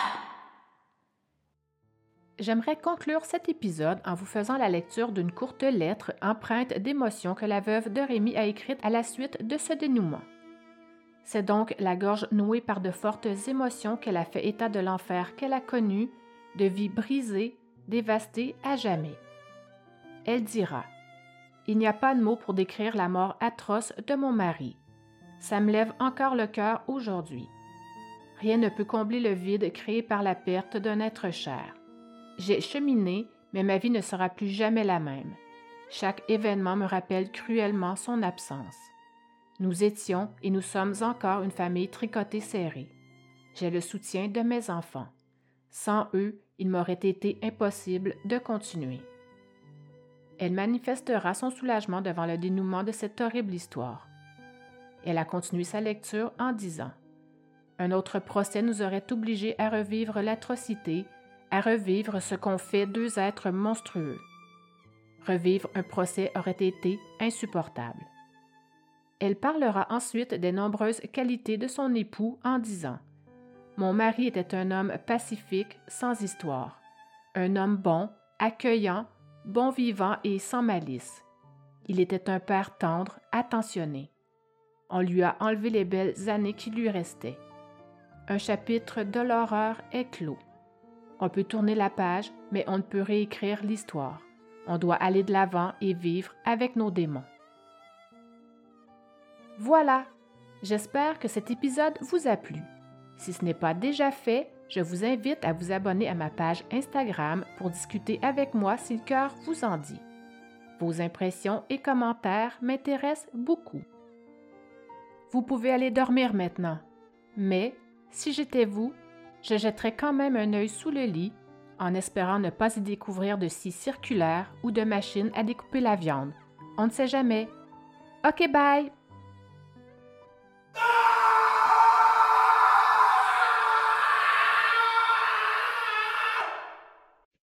J'aimerais conclure cet épisode en vous faisant la lecture d'une courte lettre empreinte d'émotion que la veuve de Rémy a écrite à la suite de ce dénouement. C'est donc la gorge nouée par de fortes émotions qu'elle a fait état de l'enfer qu'elle a connu, de vie brisée, dévastée à jamais. Elle dira « Il n'y a pas de mots pour décrire la mort atroce de mon mari. Ça me lève encore le cœur aujourd'hui. Rien ne peut combler le vide créé par la perte d'un être cher. J'ai cheminé, mais ma vie ne sera plus jamais la même. Chaque événement me rappelle cruellement son absence. Nous étions et nous sommes encore une famille tricotée serrée. J'ai le soutien de mes enfants. Sans eux, il m'aurait été impossible de continuer. » Elle manifestera son soulagement devant le dénouement de cette horrible histoire. Elle a continué sa lecture en disant « Un autre procès nous aurait obligés à revivre l'atrocité, à revivre ce qu'ont fait 2 êtres monstrueux. Revivre un procès aurait été insupportable. » Elle parlera ensuite des nombreuses qualités de son époux en disant « Mon mari était un homme pacifique, sans histoire. Un homme bon, accueillant, bon vivant et sans malice. Il était un père tendre, attentionné. On lui a enlevé les belles années qui lui restaient. Un chapitre de l'horreur est clos. On peut tourner la page, mais on ne peut réécrire l'histoire. On doit aller de l'avant et vivre avec nos démons. » Voilà, j'espère que cet épisode vous a plu. Si ce n'est pas déjà fait, je vous invite à vous abonner à ma page Instagram pour discuter avec moi si le cœur vous en dit. Vos impressions et commentaires m'intéressent beaucoup. Vous pouvez aller dormir maintenant, mais si j'étais vous, je jetterais quand même un œil sous le lit en espérant ne pas y découvrir de scie circulaire ou de machine à découper la viande. On ne sait jamais. OK, bye!